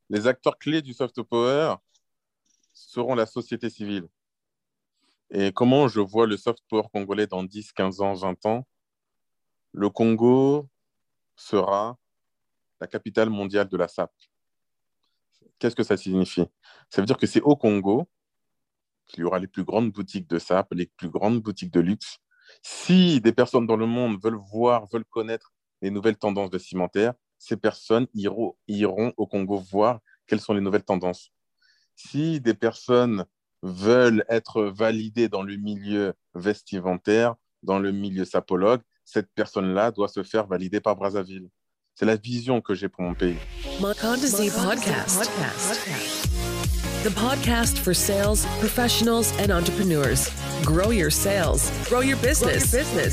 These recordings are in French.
Les acteurs clés du soft power seront la société civile. Et comment je vois le soft power congolais dans 10, 15 ans, 20 ans? Le Congo sera la capitale mondiale de la SAP. Qu'est-ce que ça signifie? Ça veut dire que c'est au Congo qu'il y aura les plus grandes boutiques de SAP, les plus grandes boutiques de luxe. Si des personnes dans le monde veulent voir, veulent connaître les nouvelles tendances vestimentaires, ces personnes iront au Congo voir quelles sont les nouvelles tendances. Si des personnes veulent être validées dans le milieu vestimentaire, dans le milieu sapologue, cette personne-là doit se faire valider par Brazzaville. C'est la vision que j'ai pour mon pays. Makanda Podcast. The podcast for sales professionals and entrepreneurs. Grow your sales. Grow your business.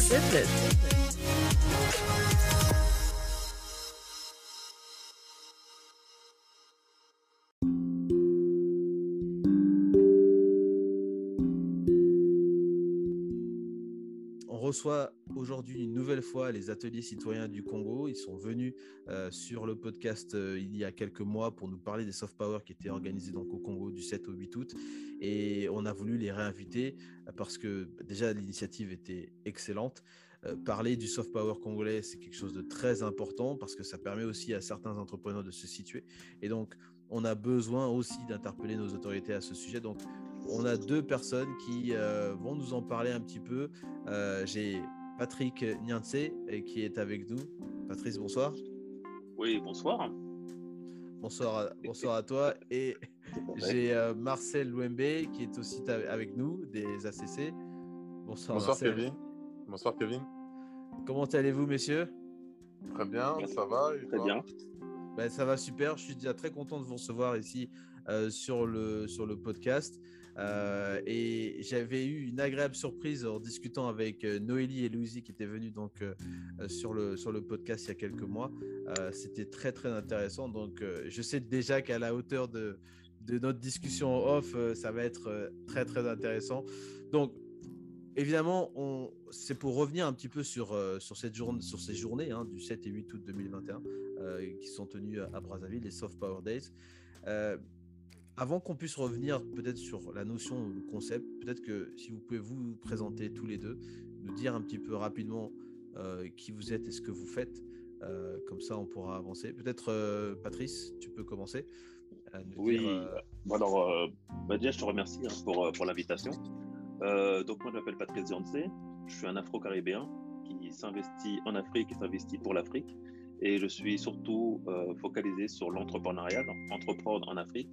On reçoit aujourd'hui une nouvelle fois les ateliers citoyens du Congo. Ils sont venus sur le podcast il y a quelques mois pour nous parler des soft power qui étaient organisés donc au Congo du 7 au 8 août. Et on a voulu les réinviter parce que déjà l'initiative était excellente. Parler du soft power congolais, c'est quelque chose de très important parce que ça permet aussi à certains entrepreneurs de se situer. Et donc, on a besoin aussi d'interpeller nos autorités à ce sujet. Donc, on a deux personnes qui vont nous en parler un petit peu. J'ai Patrick Nianse qui est avec nous. Patrice, bonsoir. Oui, bonsoir. Bonsoir à toi. Et j'ai Marcel Louembe qui est aussi avec nous des ACC. Bonsoir Marcel. Kevin. Bonsoir Kevin. Comment allez-vous, messieurs? Très bien, ça va. Et très toi? bien. Ben, ça va super. Je suis déjà très content de vous recevoir ici sur le podcast. Et j'avais eu une agréable surprise en discutant avec Noélie et Louisie qui étaient venus donc, sur le podcast il y a quelques mois. C'était très très intéressant. Donc je sais déjà qu'à la hauteur de notre discussion off, ça va être très très intéressant. Donc évidemment, c'est pour revenir un petit peu sur ces journées du 7 et 8 août 2021 qui sont tenues à Brazzaville, les Soft Power Days. Avant qu'on puisse revenir peut-être sur la notion, le concept, peut-être que si vous pouvez vous présenter tous les deux, nous dire un petit peu rapidement qui vous êtes et ce que vous faites, comme ça on pourra avancer. Peut-être Patrice, tu peux commencer. Oui, alors déjà je te remercie pour l'invitation. Donc moi je m'appelle Patrice Dianse, je suis un Afro-Caribéen qui s'investit en Afrique et s'investit pour l'Afrique. Et je suis surtout focalisé sur l'entrepreneuriat, entreprendre en Afrique.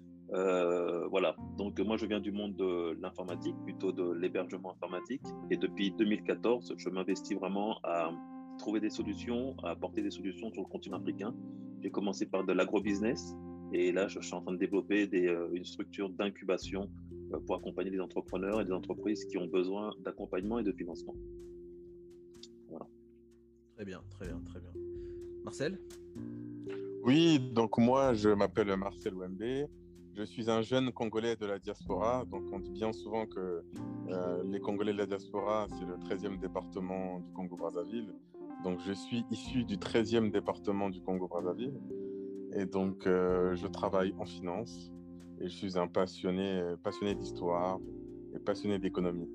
Voilà, donc moi je viens du monde de l'informatique, plutôt de l'hébergement informatique, et depuis 2014 je m'investis vraiment à trouver des solutions, à apporter des solutions sur le continent africain. J'ai commencé par de l'agrobusiness et là je suis en train de développer une structure d'incubation pour accompagner des entrepreneurs et des entreprises qui ont besoin d'accompagnement et de financement. Voilà. Très bien. Marcel? Oui, donc moi je m'appelle Marcel Wembe. Je suis un jeune Congolais de la diaspora. Donc on dit bien souvent que les Congolais de la diaspora, c'est le 13e département du Congo-Brazzaville. Donc je suis issu du 13e département du Congo-Brazzaville. Et donc je travaille en finance. Et je suis un passionné d'histoire et passionné d'économie.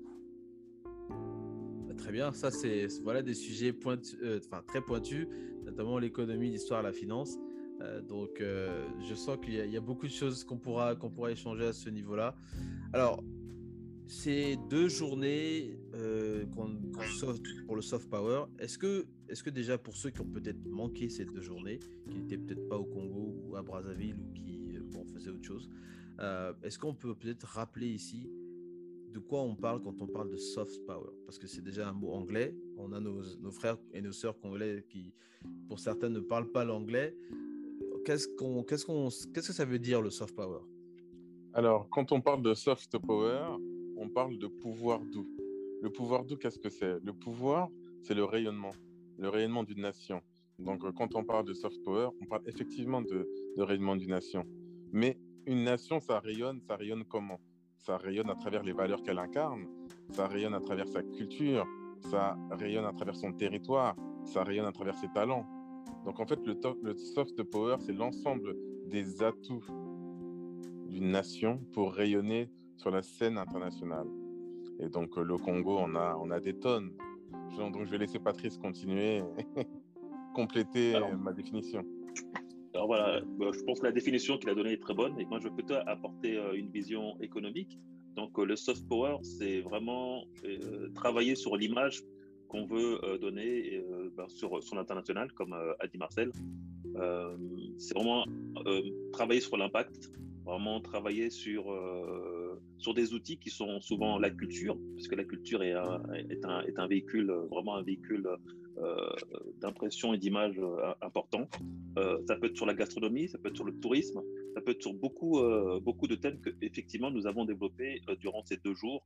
Très bien, ça c'est voilà des sujets très pointus, notamment l'économie, l'histoire, la finance. Donc je sens qu'il y a beaucoup de choses qu'on pourra échanger à ce niveau-là. Alors, ces 2 journées pour le soft power, est-ce que déjà pour ceux qui ont peut-être manqué ces 2 journées, qui n'étaient peut-être pas au Congo ou à Brazzaville ou qui faisaient autre chose, est-ce qu'on peut peut-être rappeler ici de quoi on parle quand on parle de soft power? Parce que c'est déjà un mot anglais. On a nos frères et nos sœurs congolais qui, pour certains, ne parlent pas l'anglais. Qu'est-ce que ça veut dire le soft power? Alors, quand on parle de soft power, on parle de pouvoir doux. Le pouvoir doux, qu'est-ce que c'est? Le pouvoir, c'est le rayonnement d'une nation. Donc, quand on parle de soft power, on parle effectivement de rayonnement d'une nation. Mais une nation, ça rayonne comment? Ça rayonne à travers les valeurs qu'elle incarne, ça rayonne à travers sa culture, ça rayonne à travers son territoire, ça rayonne à travers ses talents. Donc en fait, le soft power, c'est l'ensemble des atouts d'une nation pour rayonner sur la scène internationale. Et donc, le Congo, on a des tonnes. Donc, je vais laisser Patrice continuer et compléter ma définition. Alors voilà, je pense que la définition qu'il a donnée est très bonne et moi je peux plutôt apporter une vision économique. Donc le soft power, c'est vraiment travailler sur l'image qu'on veut donner sur l'international, comme a dit Marcel. C'est vraiment travailler sur l'impact, vraiment travailler sur des outils qui sont souvent la culture, parce que la culture est un véhicule, vraiment un véhicule d'impression et d'image important. Ça peut être sur la gastronomie, ça peut être sur le tourisme, ça peut être sur beaucoup de thèmes que effectivement nous avons développés durant ces 2 jours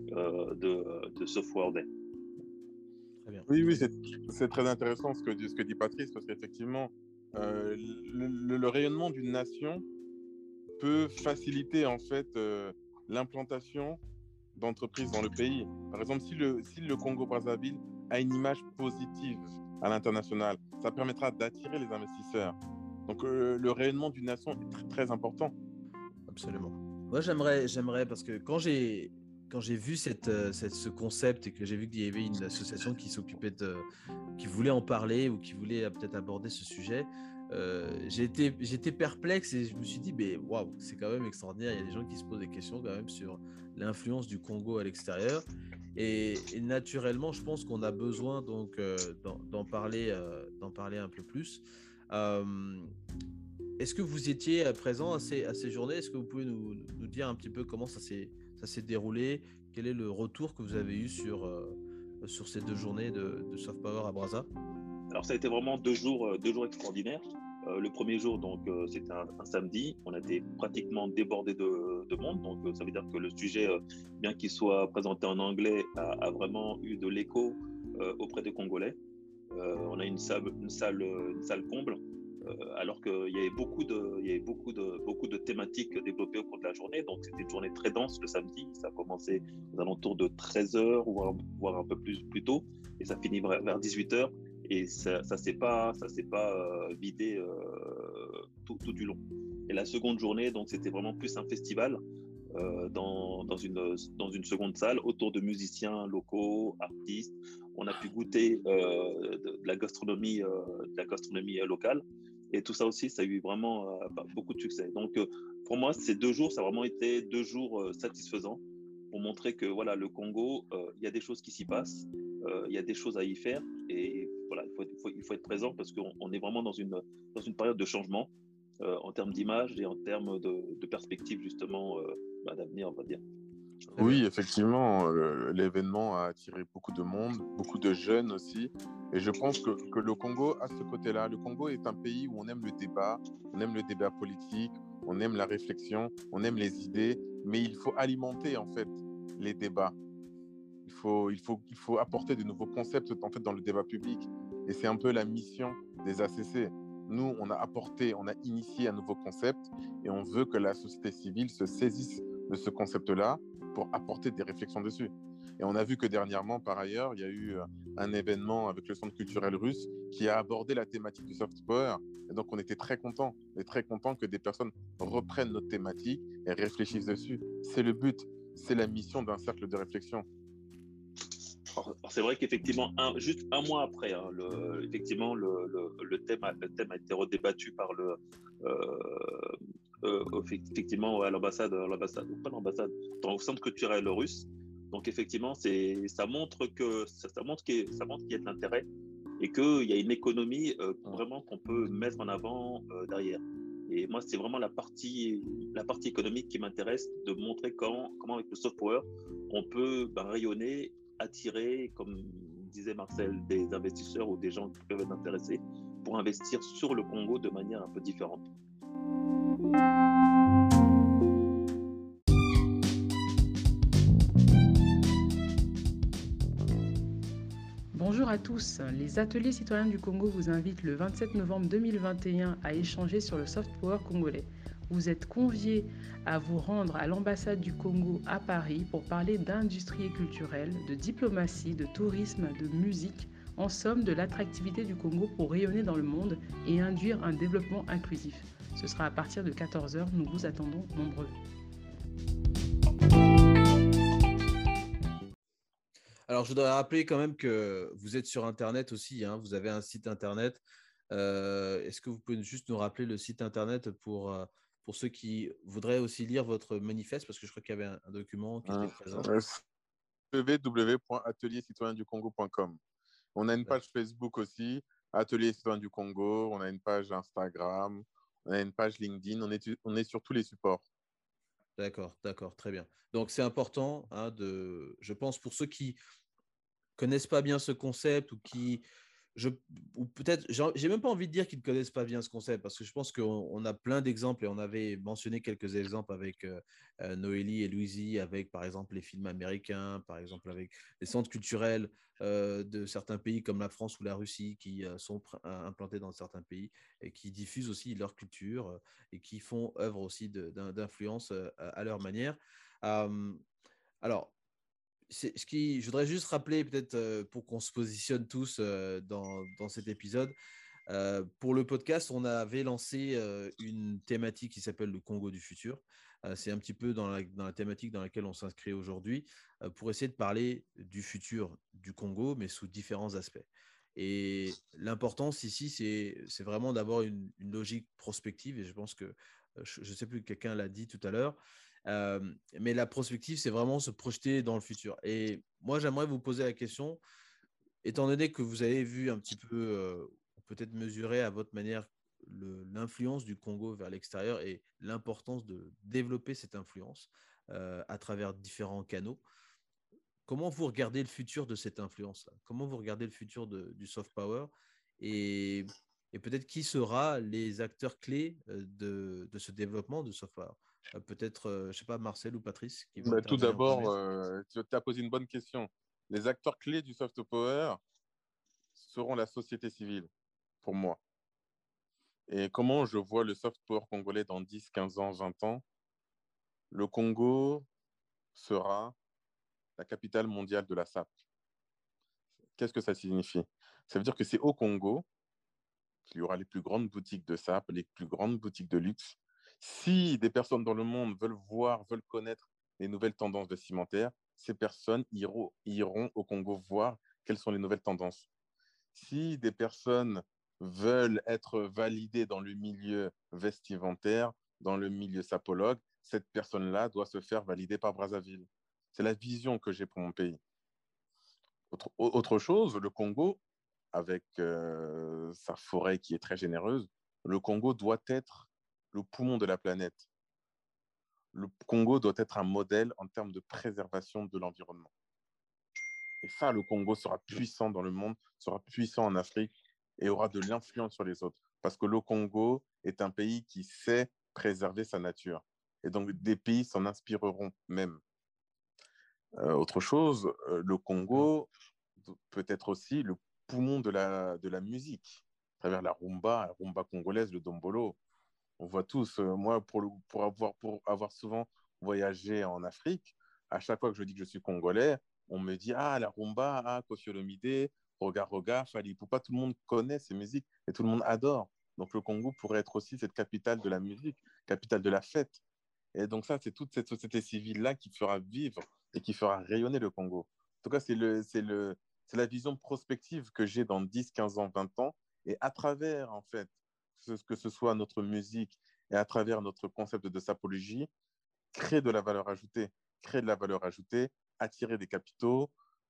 de Software Day. Très bien. Oui, c'est très intéressant ce que dit Patrice, parce qu'effectivement, le rayonnement d'une nation peut faciliter en fait l'implantation d'entreprises dans le pays. Par exemple, si le Congo-Brazzaville a une image positive à l'international, ça permettra d'attirer les investisseurs. Donc, le rayonnement d'une nation est très, très important. Absolument. Moi, j'aimerais parce que quand j'ai vu ce concept et que j'ai vu qu'il y avait une association qui voulait en parler ou qui voulait peut-être aborder ce sujet, j'étais perplexe et je me suis dit, mais waouh, c'est quand même extraordinaire. Il y a des gens qui se posent des questions quand même sur l'influence du Congo à l'extérieur. Et naturellement, je pense qu'on a besoin donc d'en parler un peu plus. Est-ce que vous étiez présent à ces journées? Est-ce que vous pouvez nous dire un petit peu comment ça s'est déroulé? Quel est le retour que vous avez eu sur ces 2 journées de Soft Power à Brazza? Alors, ça a été vraiment 2 jours extraordinaires. Le premier jour, donc, c'était un samedi. On a été pratiquement débordé de monde. Donc, ça veut dire que le sujet, bien qu'il soit présenté en anglais, a vraiment eu de l'écho auprès des Congolais. On a une salle comble, alors qu'il y avait beaucoup de thématiques développées au cours de la journée. Donc, c'était une journée très dense le samedi. Ça a commencé aux alentours de 13h, voire un peu plus tôt. Et ça finit vers 18h. Et ça s'est pas vidé tout du long. Et la seconde journée, donc c'était vraiment plus un festival dans une seconde salle autour de musiciens locaux, artistes. On a pu goûter de la gastronomie locale. Et tout ça aussi, ça a eu vraiment beaucoup de succès. Donc pour moi, ces 2 jours, ça a vraiment été 2 jours satisfaisants pour montrer que voilà, le Congo, il y a des choses qui s'y passent. Il y a des choses à y faire et voilà, il faut être présent parce qu'on est vraiment dans une période de changement en termes d'image et en termes de perspective justement d'avenir, on va dire. Oui, effectivement, l'événement a attiré beaucoup de monde, beaucoup de jeunes aussi. Et je pense que le Congo a ce côté-là. Le Congo est un pays où on aime le débat politique, on aime la réflexion, on aime les idées, mais il faut alimenter en fait les débats. Il faut apporter de nouveaux concepts en fait, dans le débat public. Et c'est un peu la mission des ACC. Nous, on a initié un nouveau concept et on veut que la société civile se saisisse de ce concept-là pour apporter des réflexions dessus. Et on a vu que dernièrement, par ailleurs, il y a eu un événement avec le Centre culturel russe qui a abordé la thématique du soft power. Et donc, on était très contents que des personnes reprennent notre thématique et réfléchissent dessus. C'est le but, c'est la mission d'un cercle de réflexion. Alors, c'est vrai qu'effectivement, juste un mois après, le thème a été redébattu par effectivement à l'ambassade, pas l'ambassade, dans le Centre culturel russe. Donc effectivement, ça montre qu'il y a de l'intérêt et qu'il y a une économie vraiment qu'on peut mettre en avant derrière. Et moi, c'est vraiment la partie économique qui m'intéresse, de montrer comment avec le soft power, on peut rayonner, attirer, comme disait Marcel, des investisseurs ou des gens qui peuvent être intéressés pour investir sur le Congo de manière un peu différente. Bonjour à tous, les ateliers citoyens du Congo vous invitent le 27 novembre 2021 à échanger sur le soft power congolais. Vous êtes conviés à vous rendre à l'ambassade du Congo à Paris pour parler d'industrie culturelle, de diplomatie, de tourisme, de musique, en somme de l'attractivité du Congo pour rayonner dans le monde et induire un développement inclusif. Ce sera à partir de 14 h. Nous vous attendons nombreux. Alors, je voudrais rappeler quand même que vous êtes sur Internet aussi, hein, vous avez un site Internet. Est-ce que vous pouvez juste nous rappeler le site Internet pour ceux qui voudraient aussi lire votre manifeste, parce que je crois qu'il y avait un document qui était présent. www.ateliercitoyenducongo.com. On a une page Facebook aussi, Atelier Citoyen du Congo, on a une page Instagram, on a une page LinkedIn, on est sur tous les supports. D'accord, très bien. Donc, c'est important, hein, je pense, pour ceux qui connaissent pas bien ce concept ou peut-être, j'ai même pas envie de dire qu'ils ne connaissent pas bien ce concept, parce que je pense qu'on a plein d'exemples et on avait mentionné quelques exemples avec Noélie et Louisie, avec par exemple les films américains, par exemple avec les centres culturels de certains pays comme la France ou la Russie qui sont implantés dans certains pays et qui diffusent aussi leur culture et qui font œuvre aussi d'influence à leur manière. Alors, je voudrais juste rappeler, peut-être pour qu'on se positionne tous dans cet épisode, pour le podcast, on avait lancé une thématique qui s'appelle le Congo du futur. C'est un petit peu dans la thématique dans laquelle on s'inscrit aujourd'hui pour essayer de parler du futur du Congo, mais sous différents aspects. Et l'importance ici, c'est vraiment d'avoir une logique prospective. Et je pense que, je ne sais plus, quelqu'un l'a dit tout à l'heure, mais la prospective, c'est vraiment se projeter dans le futur. Et moi, j'aimerais vous poser la question, étant donné que vous avez vu un petit peu, peut-être mesurer à votre manière l'influence du Congo vers l'extérieur et l'importance de développer cette influence à travers différents canaux. Comment vous regardez le futur de cette influence-là? Comment vous regardez le futur du soft power et peut-être qui sera les acteurs clés de ce développement de soft power? Peut-être, je ne sais pas, Marcel ou Patrice qui veut Tout intervenir en d'abord, premier. tu as posé une bonne question. Les acteurs clés du soft power seront la société civile, pour moi. Et comment je vois le soft power congolais dans 10, 15 ans, 20 ans? Le Congo sera la capitale mondiale de la SAP. Qu'est-ce que ça signifie? Ça veut dire que c'est au Congo qu'il y aura les plus grandes boutiques de SAP, les plus grandes boutiques de luxe. Si des personnes dans le monde veulent connaître les nouvelles tendances vestimentaires, ces personnes iront au Congo voir quelles sont les nouvelles tendances. Si des personnes veulent être validées dans le milieu vestimentaire, dans le milieu sapologue, cette personne-là doit se faire valider par Brazzaville. C'est la vision que j'ai pour mon pays. Autre chose, le Congo, avec sa forêt qui est très généreuse, le Congo doit être le poumon de la planète. Le Congo doit être un modèle en termes de préservation de l'environnement. Et ça, le Congo sera puissant dans le monde, sera puissant en Afrique et aura de l'influence sur les autres. Parce que le Congo est un pays qui sait préserver sa nature. Et donc, des pays s'en inspireront même. Autre chose, le Congo peut être aussi le poumon de la musique, à travers la rumba congolaise, le dombolo. On voit tous, moi, pour avoir souvent voyagé en Afrique, à chaque fois que je dis que je suis congolais, on me dit, ah, la rumba, ah, Koffi Olomide, Roga, Fally Ipupa, tout le monde connaît ces musiques et tout le monde adore. Donc le Congo pourrait être aussi cette capitale de la musique, capitale de la fête. Et donc ça, c'est toute cette société civile-là qui fera vivre et qui fera rayonner le Congo. En tout cas, c'est la vision prospective que j'ai dans 10, 15 ans, 20 ans. Et à travers, en fait, que ce soit notre musique et à travers notre concept de sapologie, créer de la valeur ajoutée, attirer des capitaux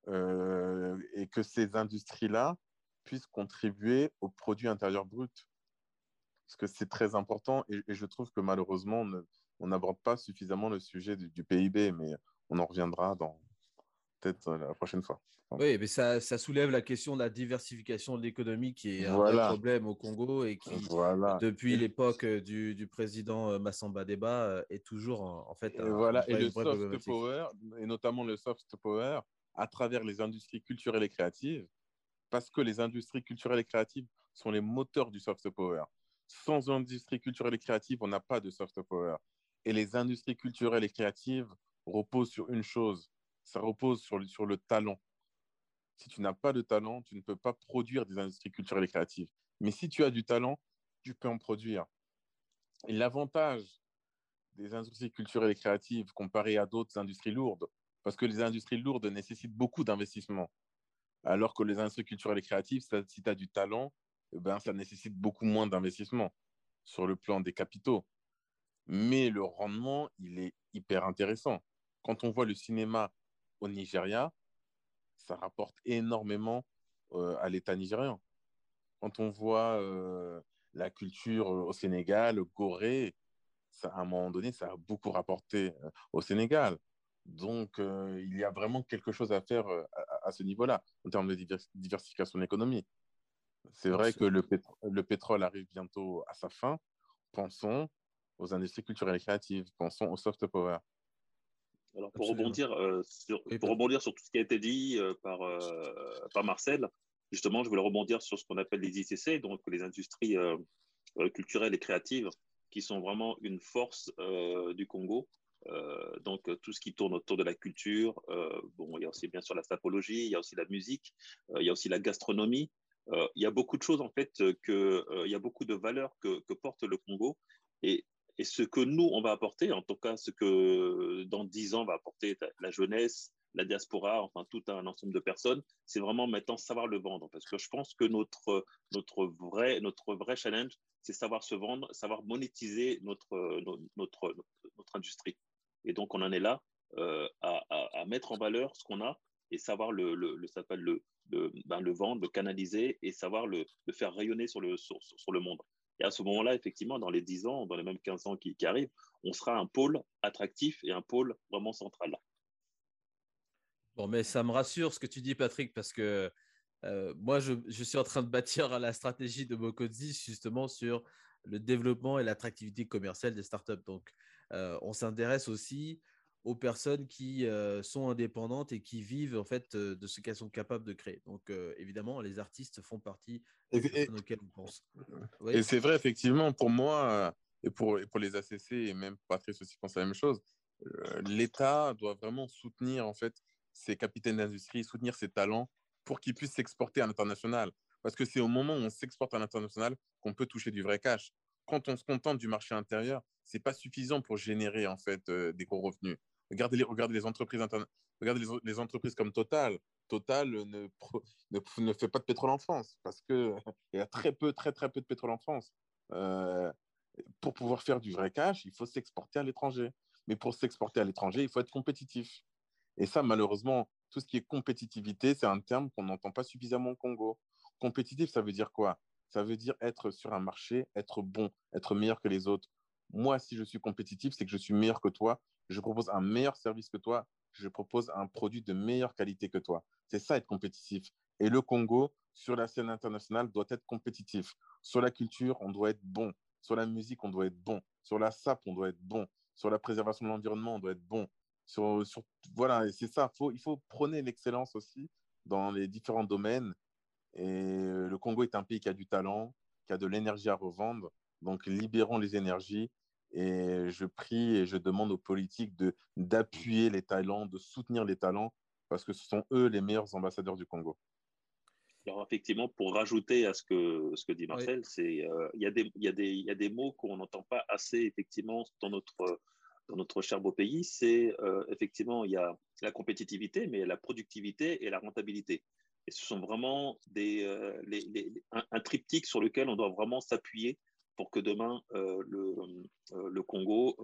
et que ces industries-là puissent contribuer au produit intérieur brut. Parce que c'est très important et je trouve que malheureusement, on n'aborde pas suffisamment le sujet du PIB, mais on en reviendra peut-être la prochaine fois. Oui, mais ça soulève la question de la diversification de l'économie qui est un vrai Voilà. problème au Congo et qui, Voilà. depuis l'époque du président Massamba Deba, est toujours en fait et le une vraie soft problématique. power, et notamment le soft power, à travers les industries culturelles et créatives, parce que les industries culturelles et créatives sont les moteurs du soft power. Sans industrie culturelle et créative, on n'a pas de soft power. Et les industries culturelles et créatives reposent sur une chose, ça repose sur le talent. Si tu n'as pas de talent, tu ne peux pas produire des industries culturelles et créatives. Mais si tu as du talent, tu peux en produire. Et l'avantage des industries culturelles et créatives comparées à d'autres industries lourdes, parce que les industries lourdes nécessitent beaucoup d'investissement, alors que les industries culturelles et créatives, si tu as du talent, eh ben, ça nécessite beaucoup moins d'investissement sur le plan des capitaux. Mais le rendement, il est hyper intéressant. Quand on voit le cinéma au Nigeria, ça rapporte énormément à l'État nigérian. Quand on voit la culture au Sénégal, Gorée, ça, à un moment donné, ça a beaucoup rapporté au Sénégal. Donc, il y a vraiment quelque chose à faire à ce niveau-là, en termes de diversification de l'économie. C'est vrai que le pétrole arrive bientôt à sa fin. Pensons aux industries culturelles et créatives, pensons au soft power. Alors, Absolument. pour rebondir sur tout ce qui a été dit par Marcel, justement, je voulais rebondir sur ce qu'on appelle les ICC, donc les industries culturelles et créatives, qui sont vraiment une force du Congo. Donc, tout ce qui tourne autour de la culture, bon, il y a aussi bien sûr la sapologie, il y a aussi la musique, il y a aussi la gastronomie. Il y a beaucoup de choses, en fait, il y a beaucoup de valeurs que porte le Congo. Et, et ce que nous, on va apporter, en tout cas, ce que dans 10 ans va apporter la jeunesse, la diaspora, enfin tout un ensemble de personnes, c'est vraiment maintenant savoir le vendre. Parce que je pense que notre vrai challenge, c'est savoir se vendre, savoir monétiser notre industrie. Et donc, on en est là à mettre en valeur ce qu'on a et savoir le vendre, le canaliser et savoir le faire rayonner sur le monde. Et à ce moment-là, effectivement, dans les 10 ans, dans les mêmes 15 ans qui arrivent, on sera un pôle attractif et un pôle vraiment central. Bon, mais ça me rassure ce que tu dis, Patrick, parce que moi, je suis en train de bâtir la stratégie de Mokodzi justement sur le développement et l'attractivité commerciale des startups. Donc, on s'intéresse aussi aux personnes qui sont indépendantes et qui vivent en fait de ce qu'elles sont capables de créer. Donc, évidemment, les artistes font partie des Et, personnes auxquelles on pense. et Oui. c'est vrai, effectivement, pour moi, et pour les ACC, et même Patrice aussi pense la même chose, l'État doit vraiment soutenir en fait ces capitaines d'industrie, soutenir ces talents pour qu'ils puissent s'exporter à l'international. Parce que c'est au moment où on s'exporte à l'international qu'on peut toucher du vrai cash. Quand on se contente du marché intérieur, c'est pas suffisant pour générer en fait des gros revenus. Regardez les entreprises regardez les entreprises comme Total. Total ne fait pas de pétrole en France parce que il y a très peu de pétrole en France. Euh, pour pouvoir faire du vrai cash, il faut s'exporter à l'étranger. Mais pour s'exporter à l'étranger, il faut être compétitif. Et ça, malheureusement, tout ce qui est compétitivité, c'est un terme qu'on n'entend pas suffisamment au Congo. Compétitif, ça veut dire quoi? Ça veut dire être sur un marché, être bon, être meilleur que les autres. Moi, si je suis compétitif, c'est que je suis meilleur que toi. Je propose un meilleur service que toi. Je propose un produit de meilleure qualité que toi. C'est ça, être compétitif. Et le Congo, sur la scène internationale, doit être compétitif. Sur la culture, on doit être bon. Sur la musique, on doit être bon. Sur la SAP, on doit être bon. Sur la préservation de l'environnement, on doit être bon. Voilà, et c'est ça. Il faut prôner l'excellence aussi dans les différents domaines. Et le Congo est un pays qui a du talent, qui a de l'énergie à revendre. Donc, libérons les énergies. Et je prie et je demande aux politiques d'appuyer les talents, de soutenir les talents, parce que ce sont eux les meilleurs ambassadeurs du Congo. Alors, effectivement, pour rajouter à ce que dit Oui. Marcel, il y a des mots qu'on n'entend pas assez, effectivement, dans notre cher beau pays. C'est effectivement, il y a la compétitivité, mais la productivité et la rentabilité. Et ce sont vraiment un triptyque sur lequel on doit vraiment s'appuyer pour que demain, le Congo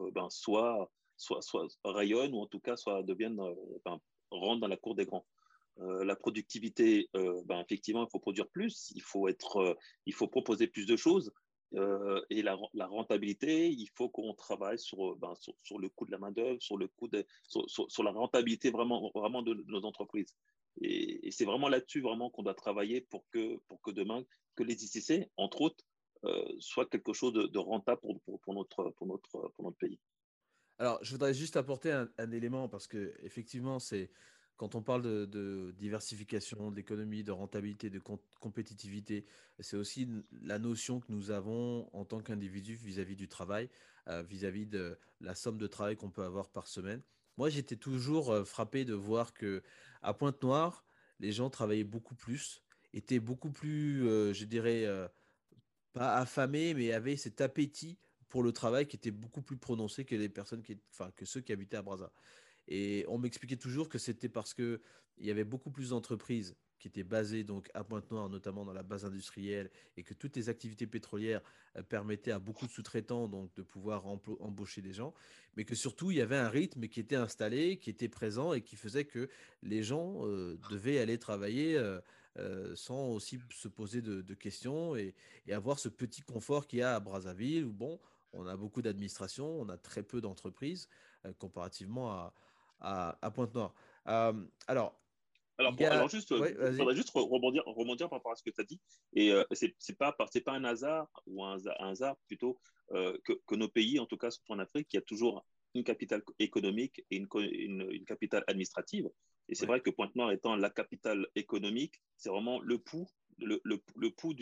soit rayonne ou en tout cas rentre dans la cour des grands. La productivité, effectivement, il faut produire plus, il faut proposer plus de choses. Et la rentabilité, il faut qu'on travaille sur le coût de la main-d'œuvre, sur la rentabilité vraiment de nos entreprises. Et c'est vraiment là-dessus vraiment qu'on doit travailler pour que demain, que les ICC, entre autres, soient quelque chose de rentable pour notre pays. Alors, je voudrais juste apporter un élément parce que effectivement, c'est quand on parle de diversification, d'économie, de rentabilité, de compétitivité, c'est aussi la notion que nous avons en tant qu'individu vis-à-vis du travail, vis-à-vis de la somme de travail qu'on peut avoir par semaine. Moi, j'étais toujours frappé de voir que à Pointe-Noire, les gens travaillaient beaucoup plus, étaient beaucoup plus, je dirais, pas affamés, mais avaient cet appétit pour le travail qui était beaucoup plus prononcé que les personnes que ceux qui habitaient à Brazza. Et on m'expliquait toujours que c'était parce qu'il y avait beaucoup plus d'entreprises qui étaient basées donc à Pointe-Noire, notamment dans la base industrielle, et que toutes les activités pétrolières permettaient à beaucoup de sous-traitants donc de pouvoir embaucher des gens, mais que surtout il y avait un rythme qui était installé, qui était présent et qui faisait que les gens devaient aller travailler sans aussi se poser de questions et avoir ce petit confort qu'il y a à Brazzaville où bon, on a beaucoup d'administration, on a très peu d'entreprises comparativement à Pointe-Noire. Alors, Alors, il y a. juste, Oui, il vas-y. faudrait juste rebondir par rapport à ce que tu as dit. Et c'est pas un hasard, ou un hasard plutôt, que nos pays, en tout cas surtout en Afrique, il y a toujours une capitale économique et une capitale administrative. Et c'est Ouais. vrai que Pointe-Noire étant la capitale économique, c'est vraiment le pouls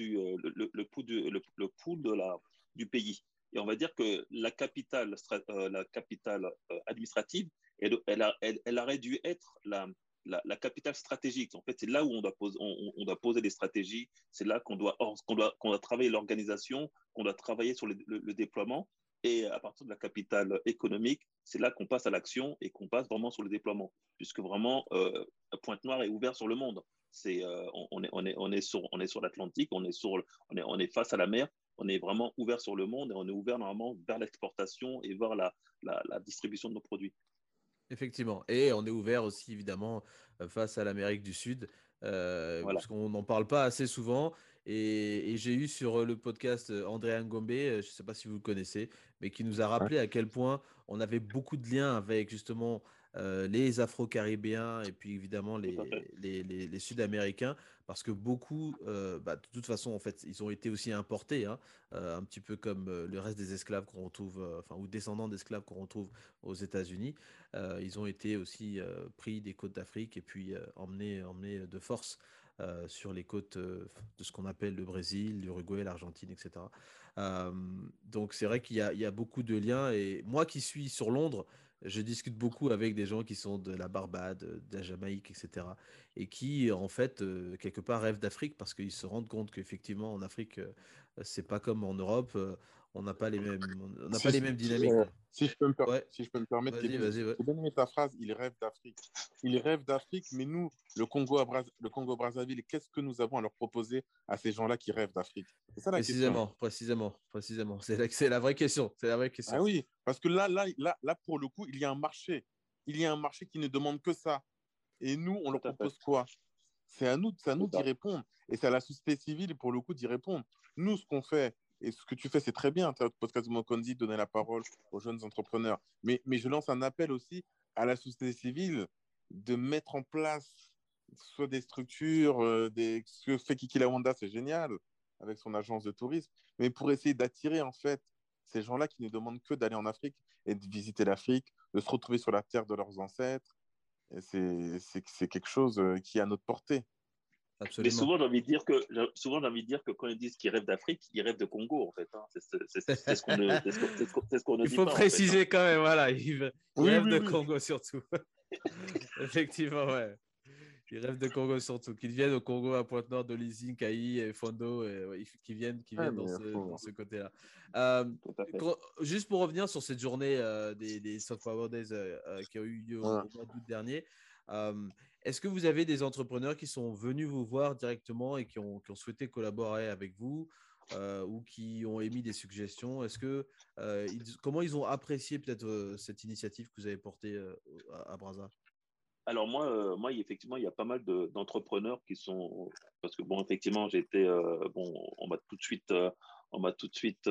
du pays. Et on va dire que la capitale administrative, elle aurait dû être la capitale stratégique. En fait, c'est là où on doit poser des stratégies, c'est là qu'on doit travailler l'organisation, qu'on doit travailler sur le déploiement. Et à partir de la capitale économique, c'est là qu'on passe à l'action et qu'on passe vraiment sur le déploiement, puisque vraiment, Pointe-Noire est ouvert sur le monde. On est sur l'Atlantique, on est face à la mer, on est vraiment ouvert sur le monde et on est ouvert normalement vers l'exportation et vers la distribution de nos produits. Effectivement. Et on est ouvert aussi, évidemment, face à l'Amérique du Sud, Voilà. parce qu'on n'en parle pas assez souvent. Et j'ai eu sur le podcast André Ngombe, je ne sais pas si vous le connaissez, mais qui nous a Ouais. rappelé à quel point on avait beaucoup de liens avec justement les Afro-Caribéens et puis évidemment Tout à fait. les Sud-Américains, parce que beaucoup, de toute façon, en fait, ils ont été aussi importés, hein, un petit peu comme le reste des esclaves qu'on retrouve, ou descendants d'esclaves qu'on retrouve aux États-Unis. Ils ont été aussi pris des côtes d'Afrique et puis emmenés de force sur les côtes de ce qu'on appelle le Brésil, l'Uruguay, l'Argentine, etc. Euh, donc c'est vrai qu'il y a beaucoup de liens. Et moi qui suis sur Londres, je discute beaucoup avec des gens qui sont de la Barbade, de la Jamaïque, etc. Et qui, en fait, quelque part rêvent d'Afrique parce qu'ils se rendent compte qu'effectivement, en Afrique, c'est pas comme en Europe. On n'a pas Si, les mêmes dynamiques. Ouais, si je peux me permettre, vas-y, Kevin, vas-y, ouais. j'ai bien aimé ta phrase, il rêve d'Afrique. Il rêve d'Afrique, mais nous, le Congo-Brazzaville, qu'est-ce que nous avons à leur proposer à ces gens-là qui rêvent d'Afrique? C'est ça la question. Précisément. C'est la vraie question. C'est la vraie Ah question. oui, parce que là, pour le coup, il y a un marché. Il y a un marché qui ne demande que ça. Et nous, on leur Tout à fait. propose quoi? C'est à nous C'est d'y ça. répondre. Et c'est à la société civile, pour le coup, d'y répondre. Nous, ce qu'on fait, et ce que tu fais, c'est très bien, tu as le podcast de Mokonzi, donner la parole aux jeunes entrepreneurs. Mais je lance un appel aussi à la société civile de mettre en place soit des structures, ce que fait Kiki Lawanda, c'est génial, avec son agence de tourisme, mais pour essayer d'attirer, en fait, ces gens-là qui ne demandent que d'aller en Afrique et de visiter l'Afrique, de se retrouver sur la terre de leurs ancêtres. Et c'est quelque chose qui est à notre portée. Mais Absolument. souvent, j'ai envie de dire que quand ils disent qu'ils rêvent d'Afrique, ils rêvent de Congo, en fait, hein. C'est ce qu'on ne Il dit faut pas, en fait, hein. préciser quand même, voilà. Il Oui, rêve oui, de oui. Congo surtout. Effectivement, ouais. Il rêve de Congo surtout. Qu'ils viennent au Congo à Pointe-Noire, Dolisie, Kayi et Fondo, et, ouais, qu'ils Ouais, viennent mais dans faut... ce côté-là. Euh, Tout à fait. Juste pour revenir sur cette journée des Soft Power Days qui a eu lieu ouais. au mois d'août dernier, est-ce que vous avez des entrepreneurs qui sont venus vous voir directement et qui ont souhaité collaborer avec vous ou qui ont émis des suggestions? Comment ils ont apprécié peut-être cette initiative que vous avez portée à Brazza? Alors moi, effectivement, il y a pas mal d'entrepreneurs qui sont, parce que bon, effectivement, bon, on m'a tout de suite,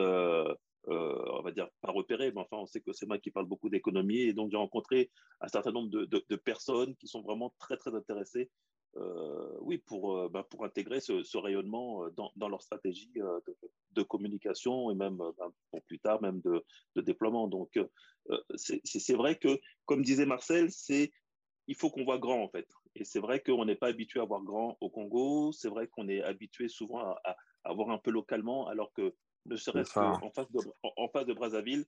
on va dire pas repéré, mais enfin, on sait que c'est moi qui parle beaucoup d'économie, et donc j'ai rencontré un certain nombre de personnes qui sont vraiment très très intéressées, oui, pour intégrer ce rayonnement dans leur stratégie de communication et même pour plus tard même de déploiement. Donc c'est vrai que, comme disait Marcel, il faut qu'on voit grand, en fait. Et c'est vrai qu'on n'est pas habitué à voir grand au Congo. C'est vrai qu'on est habitué souvent à voir un peu localement, alors que ne C'est serait-ce ça. en face de Brazzaville,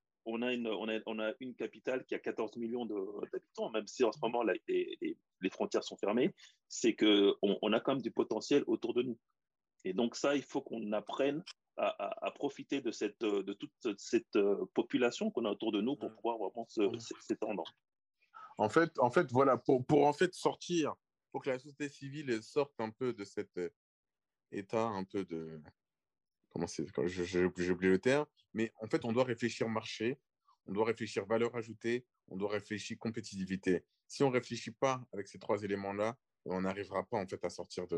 on a une capitale qui a 14 millions d'habitants, même si en ce moment les frontières sont fermées, c'est qu'on on a quand même du potentiel autour de nous. Et donc ça, il faut qu'on apprenne à profiter de toute cette population qu'on a autour de nous pour pouvoir vraiment s'étendre. En fait, voilà, pour en fait sortir, pour que la société civile sorte un peu de cet état un peu de... Comment c'est? J'ai oublié le terme. Mais en fait, on doit réfléchir marché, on doit réfléchir valeur ajoutée, on doit réfléchir compétitivité. Si on ne réfléchit pas avec ces trois éléments-là, on n'arrivera pas en fait à sortir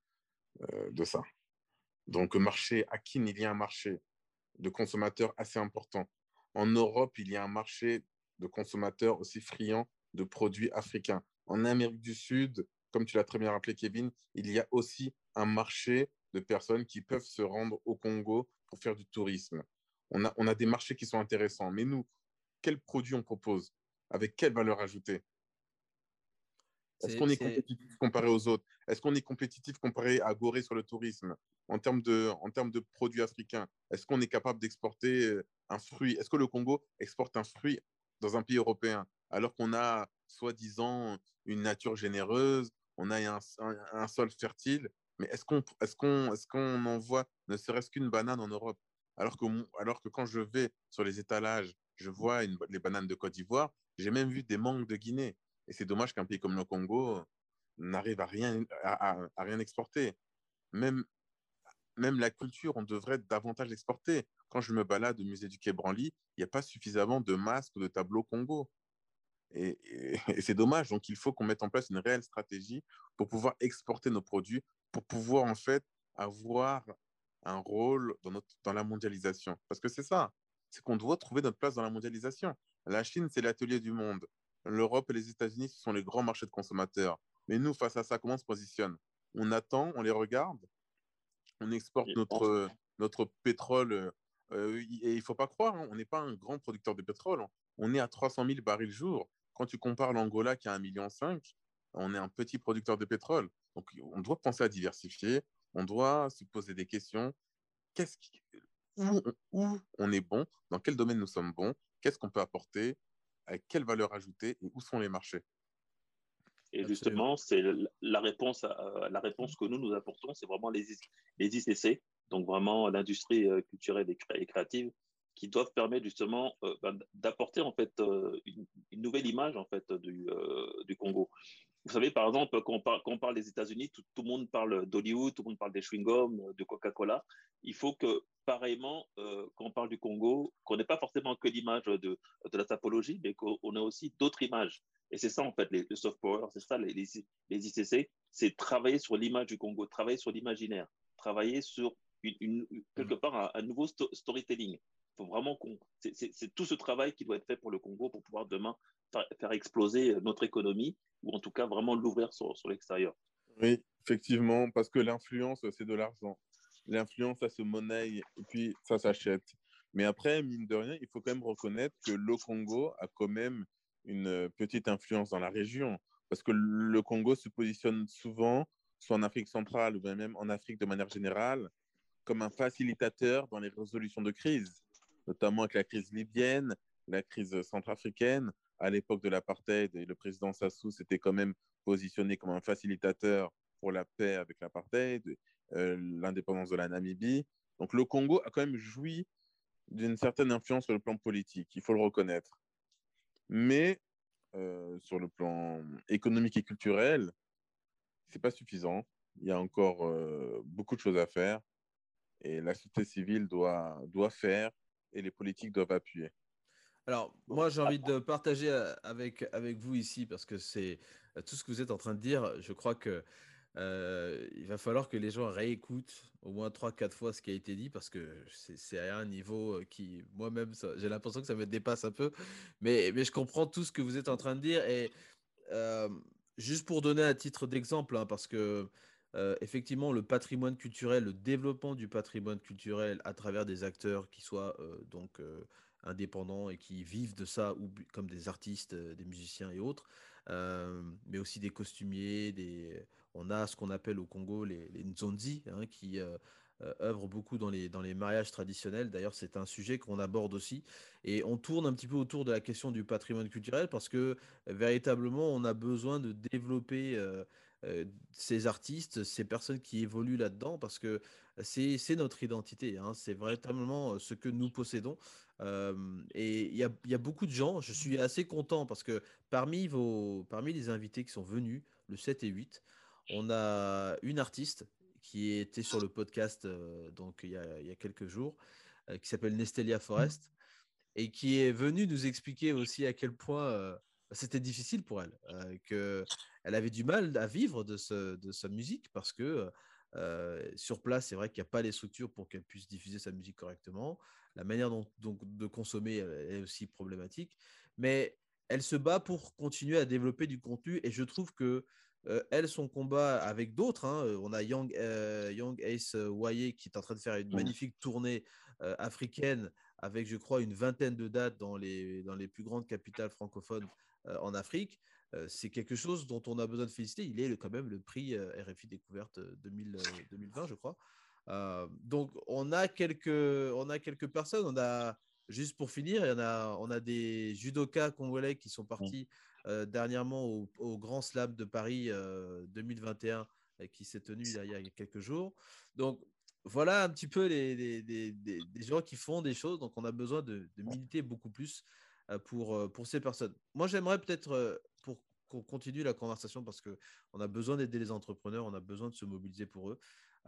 de ça. Donc, marché, à Kin, il y a un marché de consommateurs assez important. En Europe, il y a un marché de consommateurs aussi friands de produits africains. En Amérique du Sud, comme tu l'as très bien rappelé, Kevin, il y a aussi un marché de personnes qui peuvent se rendre au Congo pour faire du tourisme. On a des marchés qui sont intéressants. Mais nous, quels produits on propose? Avec quelle valeur ajoutée? Est-ce qu'on est compétitif comparé aux autres? Est-ce qu'on est compétitif comparé à Gorée sur le tourisme en termes de produits africains? Est-ce qu'on est capable d'exporter un fruit? Est-ce que le Congo exporte un fruit dans un pays européen alors qu'on a soi-disant une nature généreuse, on a un sol fertile, mais est-ce qu'on envoie ne serait-ce qu'une banane en Europe? Alors que quand je vais sur les étalages, je vois les bananes de Côte d'Ivoire, j'ai même vu des mangues de Guinée. Et c'est dommage qu'un pays comme le Congo n'arrive à rien exporter. Même, même la culture, on devrait davantage l'exporter. Quand je me balade au musée du Quai Branly, il n'y a pas suffisamment de masques ou de tableaux Congo. Et c'est dommage. Donc, il faut qu'on mette en place une réelle stratégie pour pouvoir exporter nos produits, pour pouvoir en fait avoir un rôle dans la mondialisation. Parce que c'est ça, c'est qu'on doit trouver notre place dans la mondialisation. La Chine, c'est l'atelier du monde. L'Europe et les États-Unis, ce sont les grands marchés de consommateurs. Mais nous, face à ça, comment on se positionne? On attend, on les regarde, on exporte notre pétrole. Et il ne faut pas croire, hein, on n'est pas un grand producteur de pétrole. On est à 300 000 barils jour. Quand tu compares l'Angola qui a 1,5 million, on est un petit producteur de pétrole. Donc, on doit penser à diversifier, on doit se poser des questions. Qu'est-ce qui, où on est bon, dans quel domaine nous sommes bons, qu'est-ce qu'on peut apporter, avec quelle valeur ajoutée et où sont les marchés. Et justement, c'est la réponse que nous apportons, c'est vraiment les ICC, donc vraiment l'industrie culturelle et créative, qui doivent permettre justement d'apporter en fait une nouvelle image en fait du Congo. Vous savez, par exemple, quand on parle des États-Unis, tout le monde parle d'Hollywood, tout le monde parle des chewing-gums, de Coca-Cola. Il faut que, pareillement, quand on parle du Congo, qu'on n'ait pas forcément que l'image de la typologie, mais qu'on ait aussi d'autres images. Et c'est ça, en fait, le soft power, c'est ça, les ICC, c'est travailler sur l'image du Congo, travailler sur l'imaginaire, travailler sur, quelque part, un nouveau storytelling. Il faut vraiment c'est tout ce travail qui doit être fait pour le Congo pour pouvoir demain faire exploser notre économie ou en tout cas vraiment l'ouvrir sur l'extérieur. Oui, effectivement, parce que l'influence, c'est de l'argent. L'influence, ça se monnaie et puis ça s'achète. Mais après, mine de rien, il faut quand même reconnaître que le Congo a quand même une petite influence dans la région. Parce que le Congo se positionne souvent, soit en Afrique centrale ou bien même en Afrique de manière générale, comme un facilitateur dans les résolutions de crises, notamment avec la crise libyenne, la crise centrafricaine. À l'époque de l'apartheid, le président Sassou s'était quand même positionné comme un facilitateur pour la paix avec l'apartheid, l'indépendance de la Namibie. Donc le Congo a quand même joui d'une certaine influence sur le plan politique, il faut le reconnaître. Mais sur le plan économique et culturel, c'est pas suffisant. Il y a encore beaucoup de choses à faire. Et la société civile doit faire et les politiques doivent appuyer. Alors, moi, j'ai envie de partager avec vous ici, parce que c'est tout ce que vous êtes en train de dire. Je crois que il va falloir que les gens réécoutent au moins 3-4 fois ce qui a été dit, parce que c'est à un niveau qui, moi-même, j'ai l'impression que ça me dépasse un peu. Mais je comprends tout ce que vous êtes en train de dire. Et euh, juste pour donner un titre d'exemple, hein, parce que effectivement, le patrimoine culturel, le développement du patrimoine culturel à travers des acteurs qui soient indépendants et qui vivent de ça, ou comme des artistes, des musiciens et autres, mais aussi des costumiers, on a ce qu'on appelle au Congo les Nzonzi, hein, qui œuvrent beaucoup dans les mariages traditionnels. D'ailleurs, c'est un sujet qu'on aborde aussi. Et on tourne un petit peu autour de la question du patrimoine culturel parce que véritablement, on a besoin de développer ces artistes, ces personnes qui évoluent là-dedans, parce que c'est notre identité, hein, c'est véritablement ce que nous possédons. Et il y a beaucoup de gens, je suis assez content parce que parmi les invités qui sont venus, le 7 et 8, on a une artiste qui était sur le podcast donc il y a quelques jours, qui s'appelle Nestelia Forest, et qui est venue nous expliquer aussi à quel point c'était difficile pour elle, qu'elle avait du mal à vivre de sa musique parce que sur place, c'est vrai qu'il n'y a pas les structures pour qu'elle puisse diffuser sa musique correctement. La manière de consommer est aussi problématique, mais elle se bat pour continuer à développer du contenu et je trouve que elle, son combat avec d'autres, hein, on a Young Ace Waye qui est en train de faire une magnifique tournée africaine avec, je crois, une vingtaine de dates dans les plus grandes capitales francophones en Afrique. C'est quelque chose dont on a besoin de féliciter. Il est quand même le prix RFI Découverte 2020, je crois. Donc, on a quelques personnes. Juste pour finir, on a des judokas congolais qui sont partis dernièrement au Grand Slam de Paris 2021 qui s'est tenu il y a quelques jours. Donc, voilà un petit peu des gens qui font des choses. Donc, on a besoin de militer beaucoup plus pour ces personnes. Moi, j'aimerais peut-être, pour qu'on continue la conversation, parce qu'on a besoin d'aider les entrepreneurs, on a besoin de se mobiliser pour eux.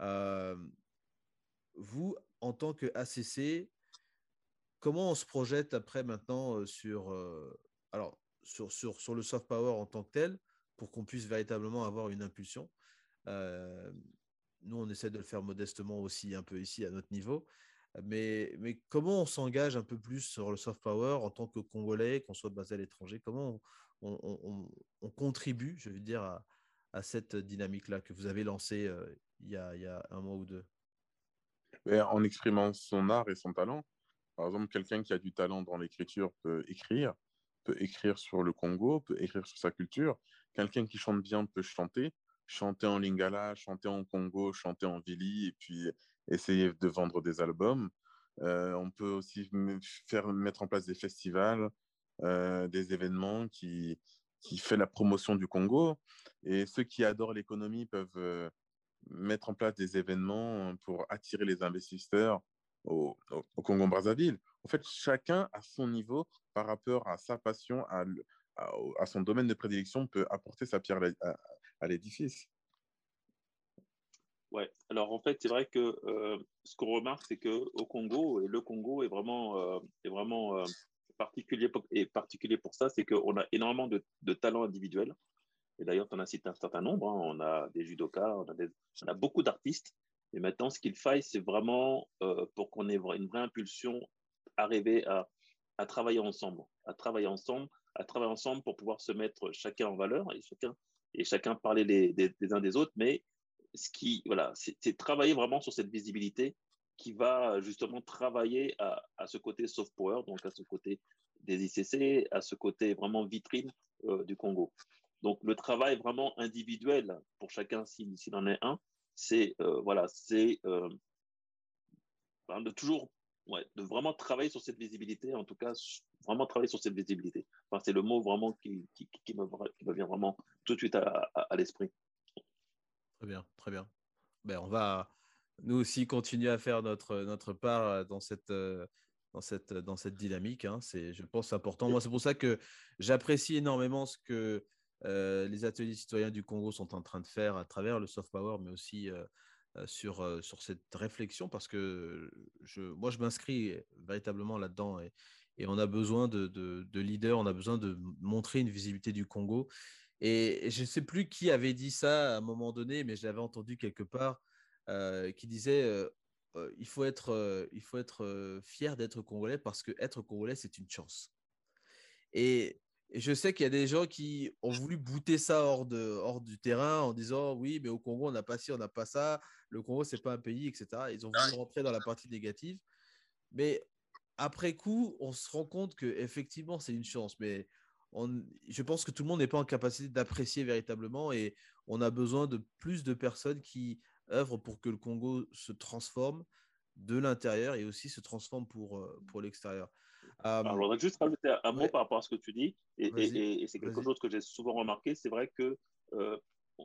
Vous, en tant que ACC, comment on se projette après maintenant sur le soft power en tant que tel pour qu'on puisse véritablement avoir une impulsion. Nous, on essaie de le faire modestement aussi un peu ici à notre niveau. Mais comment on s'engage un peu plus sur le soft power en tant que Congolais, qu'on soit basé à l'étranger? Comment on contribue, je veux dire, à cette dynamique-là que vous avez lancée il y a un mois ou deux? Et en exprimant son art et son talent. Par exemple, quelqu'un qui a du talent dans l'écriture peut écrire sur le Congo, peut écrire sur sa culture. Quelqu'un qui chante bien peut chanter en lingala, chanter en Congo, chanter en Vili, et puis essayer de vendre des albums. On peut aussi mettre en place des festivals, des événements qui fait la promotion du Congo. Et ceux qui adorent l'économie peuvent mettre en place des événements pour attirer les investisseurs au Congo-Brazzaville. En fait, chacun à son niveau, par rapport à sa passion, à son domaine de prédilection, peut apporter sa pierre à l'édifice. Ouais, alors en fait, c'est vrai que ce qu'on remarque, c'est qu'au Congo, et le Congo est vraiment particulier pour ça, c'est qu'on a énormément de talents individuels. Et d'ailleurs, tu en as cité un certain nombre, hein. On a des judokas, on a beaucoup d'artistes. Et maintenant, ce qu'il faille, c'est vraiment pour qu'on ait une vraie impulsion, arriver à travailler ensemble, à travailler ensemble pour pouvoir se mettre chacun en valeur et chacun parler des uns des autres. Mais voilà, c'est travailler vraiment sur cette visibilité qui va justement travailler à ce côté soft power, donc à ce côté des ICC, à ce côté vraiment vitrine du Congo. Donc, le travail vraiment individuel pour chacun, s'il en est un, c'est de toujours, de vraiment travailler sur cette visibilité, en tout cas, vraiment travailler sur cette visibilité. Enfin, c'est le mot vraiment qui me vient vraiment tout de suite à l'esprit. Très bien, très bien. Ben, on va, nous aussi, continuer à faire notre part dans cette dynamique. Hein. C'est, je pense, important. Moi, c'est pour ça que j'apprécie énormément ce que les ateliers citoyens du Congo sont en train de faire à travers le soft power, mais aussi sur cette réflexion, parce que moi, je m'inscris véritablement là-dedans et on a besoin de leaders, on a besoin de montrer une visibilité du Congo. Et je ne sais plus qui avait dit ça à un moment donné, mais je l'avais entendu quelque part, qui disait il faut être fier d'être Congolais parce que être Congolais, c'est une chance. Et je sais qu'il y a des gens qui ont voulu bouter ça hors du terrain en disant oui, mais au Congo, on n'a pas ci, on n'a pas ça. Le Congo, c'est pas un pays, etc. Ils ont voulu rentrer dans la partie négative. Mais après coup, on se rend compte qu'effectivement, c'est une chance. Mais je pense que tout le monde n'est pas en capacité d'apprécier véritablement et on a besoin de plus de personnes qui œuvrent pour que le Congo se transforme de l'intérieur et aussi se transforme pour l'extérieur. Alors, je voudrais juste rajouter un mot Ouais, par rapport à ce que tu dis, vas-y, et c'est quelque vas-y. chose que j'ai souvent remarqué. C'est vrai que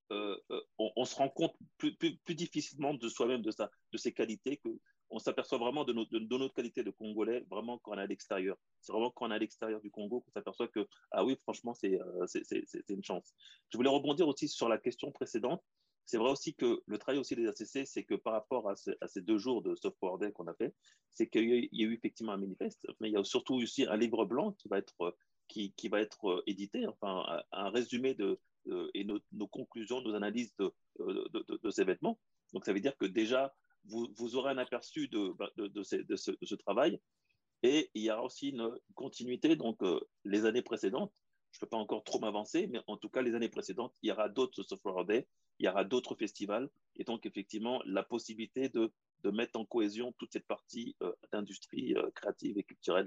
on se rend compte plus difficilement de soi-même, de ses qualités, que on s'aperçoit vraiment de notre qualité de Congolais, vraiment quand on est à l'extérieur. C'est vraiment quand on est à l'extérieur du Congo qu'on s'aperçoit que, ah oui, franchement, c'est une chance. Je voulais rebondir aussi sur la question précédente. C'est vrai aussi que le travail aussi des ACC, c'est que par rapport à ces 2 jours de Soft Power Day qu'on a fait, c'est qu'il y a eu effectivement un manifeste, mais il y a surtout aussi un livre blanc qui va être édité, enfin, un résumé et nos conclusions, nos analyses de ces événements. Donc, ça veut dire que déjà, vous aurez un aperçu de ce travail. Et il y aura aussi une continuité. Donc, les années précédentes, je ne peux pas encore trop m'avancer, mais en tout cas, les années précédentes, il y aura d'autres Software Day, il y aura d'autres festivals. Et donc, effectivement, la possibilité de mettre en cohésion toute cette partie d'industrie créative et culturelle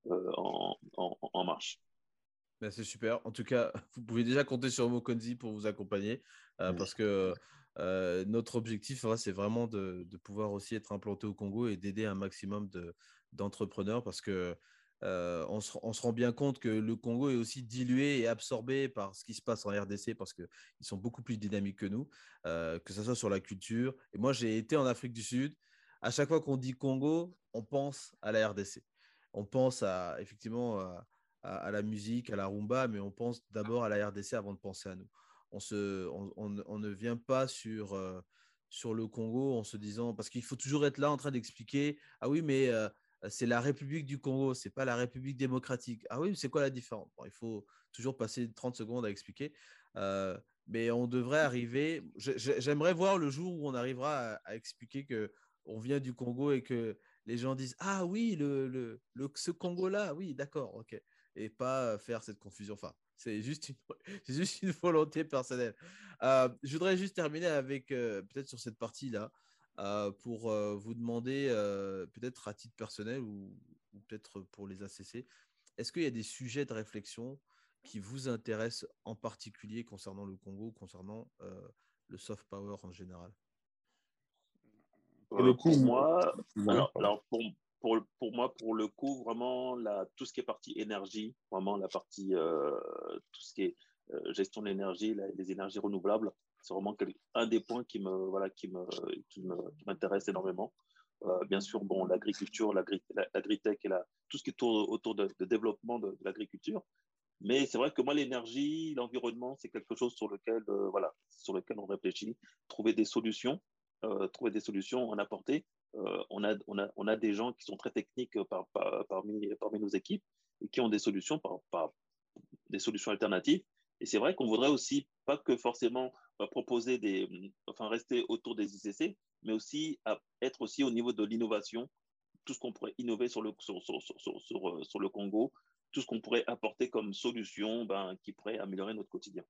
en marche. Ben, c'est super. En tout cas, vous pouvez déjà compter sur Mokonzi pour vous accompagner parce que notre objectif, c'est vraiment de pouvoir aussi être implanté au Congo et d'aider un maximum d'entrepreneurs parce que on se rend bien compte que le Congo est aussi dilué et absorbé par ce qui se passe en RDC parce qu'ils sont beaucoup plus dynamiques que nous, que ce soit sur la culture. Et moi, j'ai été en Afrique du Sud. À chaque fois qu'on dit Congo, on pense à la RDC. On pense effectivement à la musique, à la rumba, mais on pense d'abord à la RDC avant de penser à nous. On ne vient pas sur le Congo en se disant, parce qu'il faut toujours être là en train d'expliquer, ah oui, mais c'est la République du Congo, c'est pas la République démocratique. Ah oui, c'est quoi la différence? Bon, il faut toujours passer 30 secondes à expliquer. Mais on devrait arriver, j'aimerais voir le jour où on arrivera à expliquer que on vient du Congo et que les gens disent, ah oui, ce Congo-là, oui, d'accord, ok. Et pas faire cette confusion. Enfin, c'est juste une volonté personnelle. Je voudrais juste terminer avec, peut-être sur cette partie-là, pour vous demander, peut-être à titre personnel ou peut-être pour les ACC, est-ce qu'il y a des sujets de réflexion qui vous intéressent en particulier concernant le Congo, concernant le soft power en général? Pour le coup, Pour moi, ouais, pour moi, pour le coup, vraiment, tout ce qui est partie énergie, vraiment la partie, tout ce qui est gestion de l'énergie, les énergies renouvelables, c'est vraiment un des points qui m'intéresse énormément. Bien sûr, bon, l'agriculture, l'agritech et tout ce qui tourne autour de développement de l'agriculture. Mais c'est vrai que moi, l'énergie, l'environnement, c'est quelque chose sur lequel on réfléchit, trouver des solutions, en apporter. On a des gens qui sont très techniques parmi nos équipes et qui ont des solutions, des solutions alternatives. Et c'est vrai qu'on voudrait aussi pas que forcément rester autour des ICC, mais aussi être aussi au niveau de l'innovation, tout ce qu'on pourrait innover sur le Congo, tout ce qu'on pourrait apporter comme solution qui pourrait améliorer notre quotidien.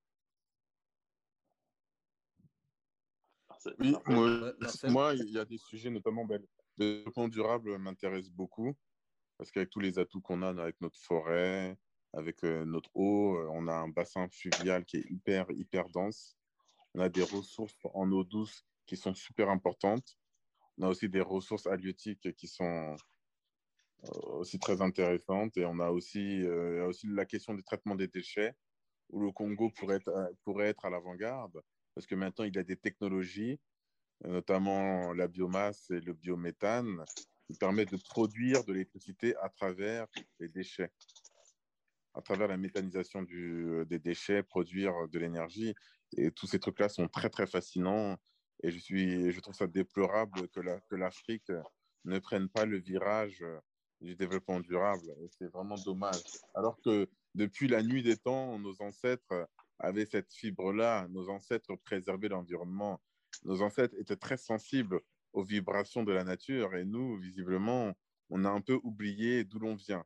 oui, Marcel. moi, il y a des sujets, notamment le développement durable m'intéresse beaucoup, parce qu'avec tous les atouts qu'on a avec notre forêt, avec notre eau, on a un bassin fluvial qui est hyper dense. On a des ressources en eau douce qui sont super importantes. On a aussi des ressources halieutiques qui sont aussi très intéressantes. Et on a aussi la question du traitement des déchets, où le Congo pourrait être à l'avant-garde, parce que maintenant, il y a des technologies, notamment la biomasse et le biométhane, qui permettent de produire de l'électricité à travers les déchets, à travers la méthanisation des déchets, produire de l'énergie. Et tous ces trucs-là sont très fascinants. Et je trouve ça déplorable que l'Afrique ne prenne pas le virage du développement durable. Et c'est vraiment dommage. Alors que depuis la nuit des temps, nos ancêtres avaient cette fibre-là. Nos ancêtres préservaient l'environnement. Nos ancêtres étaient très sensibles aux vibrations de la nature. Et nous, visiblement, on a un peu oublié d'où l'on vient.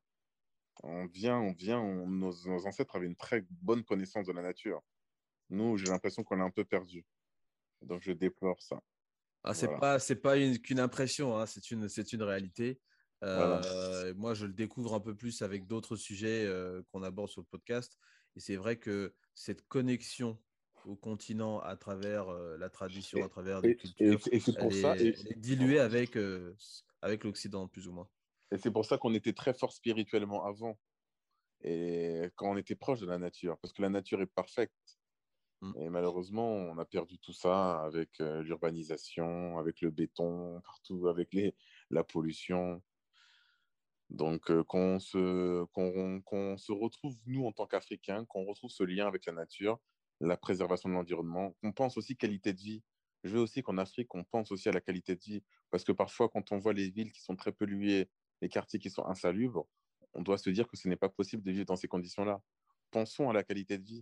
Nos ancêtres avaient une très bonne connaissance de la nature. Nous, j'ai l'impression qu'on l'a un peu perdu. Donc, je déplore ça. Ah, Voilà. c'est pas qu'une impression, hein, c'est une réalité. Voilà. Moi, je le découvre un peu plus avec d'autres sujets qu'on aborde sur le podcast. Et c'est vrai que cette connexion au continent à travers la tradition, à travers des cultures, Et c'est pour ça, elle est diluée avec l'Occident, plus ou moins. et c'est pour ça qu'on était très fort spirituellement avant. Et quand on était proche de la nature, parce que la nature est parfaite. Et malheureusement, on a perdu tout ça avec l'urbanisation, avec le béton, partout, avec la pollution. Donc, qu'on se retrouve, nous, en tant qu'Africains, qu'on retrouve ce lien avec la nature, la préservation de l'environnement, qu'on pense aussi qualité de vie. Je veux aussi qu'en Afrique, on pense aussi à la qualité de vie. Parce que parfois, quand on voit les villes qui sont très polluées, les quartiers qui sont insalubres, on doit se dire que ce n'est pas possible de vivre dans ces conditions-là. Pensons à la qualité de vie.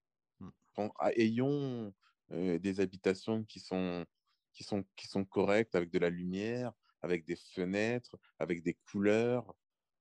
Ayons des habitations qui sont correctes, avec de la lumière, avec des fenêtres, avec des couleurs.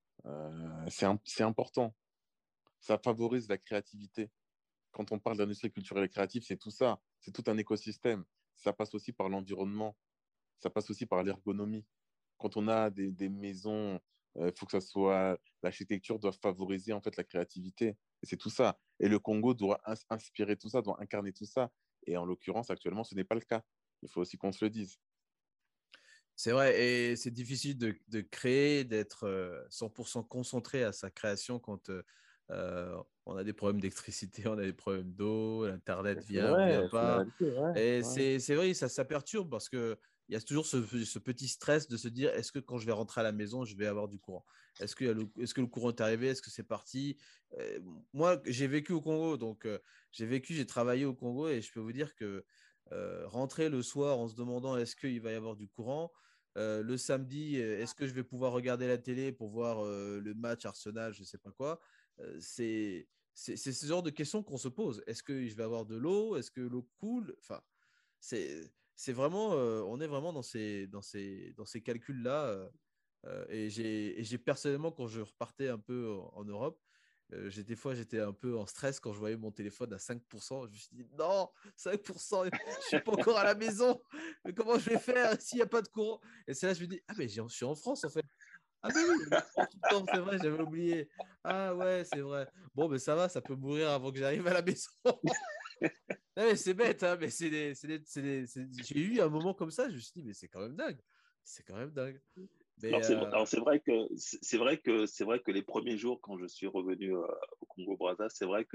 C'est important. Ça favorise la créativité. Quand on parle d'industrie culturelle et créative, c'est tout ça. C'est tout un écosystème. Ça passe aussi par l'environnement. Ça passe aussi par l'ergonomie. Quand on a des maisons, il faut que ça soit... L'architecture doit favoriser en fait la créativité. Et c'est tout ça. Et le Congo doit inspirer tout ça, doit incarner tout ça. Et en l'occurrence, actuellement, ce n'est pas le cas. Il faut aussi qu'on se le dise. C'est vrai, et c'est difficile de créer, d'être 100% concentré à sa création quand on a des problèmes d'électricité, on a des problèmes d'eau, l'Internet vient ou vient pas. Et c'est vrai, ça perturbe parce qu'il y a toujours ce petit stress de se dire, est-ce que quand je vais rentrer à la maison, je vais avoir du courant? Est-ce que le courant est arrivé? Est-ce que c'est parti? Moi, j'ai vécu au Congo, donc j'ai travaillé au Congo et je peux vous dire que rentrer le soir en se demandant est-ce qu'il va y avoir du courant, le samedi, est-ce que je vais pouvoir regarder la télé pour voir le match Arsenal, je ne sais pas quoi. C'est ce genre de questions qu'on se pose. Est-ce que je vais avoir de l'eau? Est-ce que l'eau coule? Enfin, c'est vraiment, on est vraiment dans ces calculs-là. Et j'ai personnellement, quand je repartais un peu en Europe, des fois, j'étais un peu en stress quand je voyais mon téléphone à 5%. Je me suis dit, non, 5%, je ne suis pas encore à la maison. Mais comment je vais faire s'il n'y a pas de courant? Et c'est là que je me dis, ah, mais je suis en France, en fait. Ah, mais oui, il y a du courant tout le temps, c'est vrai, j'avais oublié. Ah, ouais, c'est vrai. Bon, mais ça va, ça peut mourir avant que j'arrive à la maison. Ouais, c'est bête, hein, mais j'ai eu un moment comme ça, je me suis dit, mais c'est quand même dingue. C'est quand même dingue. Mais, Alors c'est vrai que les premiers jours quand je suis revenu au Congo-Brazza,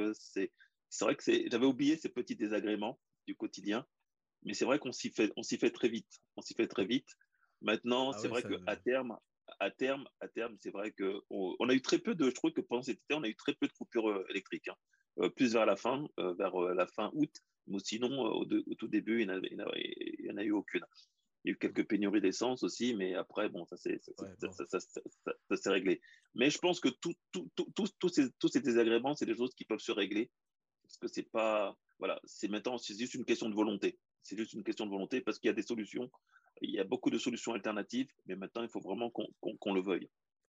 j'avais oublié ces petits désagréments du quotidien, mais c'est vrai qu'on s'y fait très vite. On s'y fait très vite. Maintenant, ah c'est ouais, vrai ça, qu'à terme, c'est vrai que on a eu très peu de, je trouve que pendant cet été, on a eu très peu de coupures électriques, hein. Plus vers la fin août, mais sinon au tout début, il n'y en a eu aucune. Il y a eu quelques pénuries d'essence aussi, mais après, bon, ouais, bon. ça s'est réglé. Mais je pense que tous ces désagréments, c'est des choses qui peuvent se régler. Parce que c'est pas. Voilà, c'est juste une question de volonté. C'est juste une question de volonté parce qu'il y a des solutions. Il y a beaucoup de solutions alternatives, mais maintenant, il faut vraiment qu'on le veuille.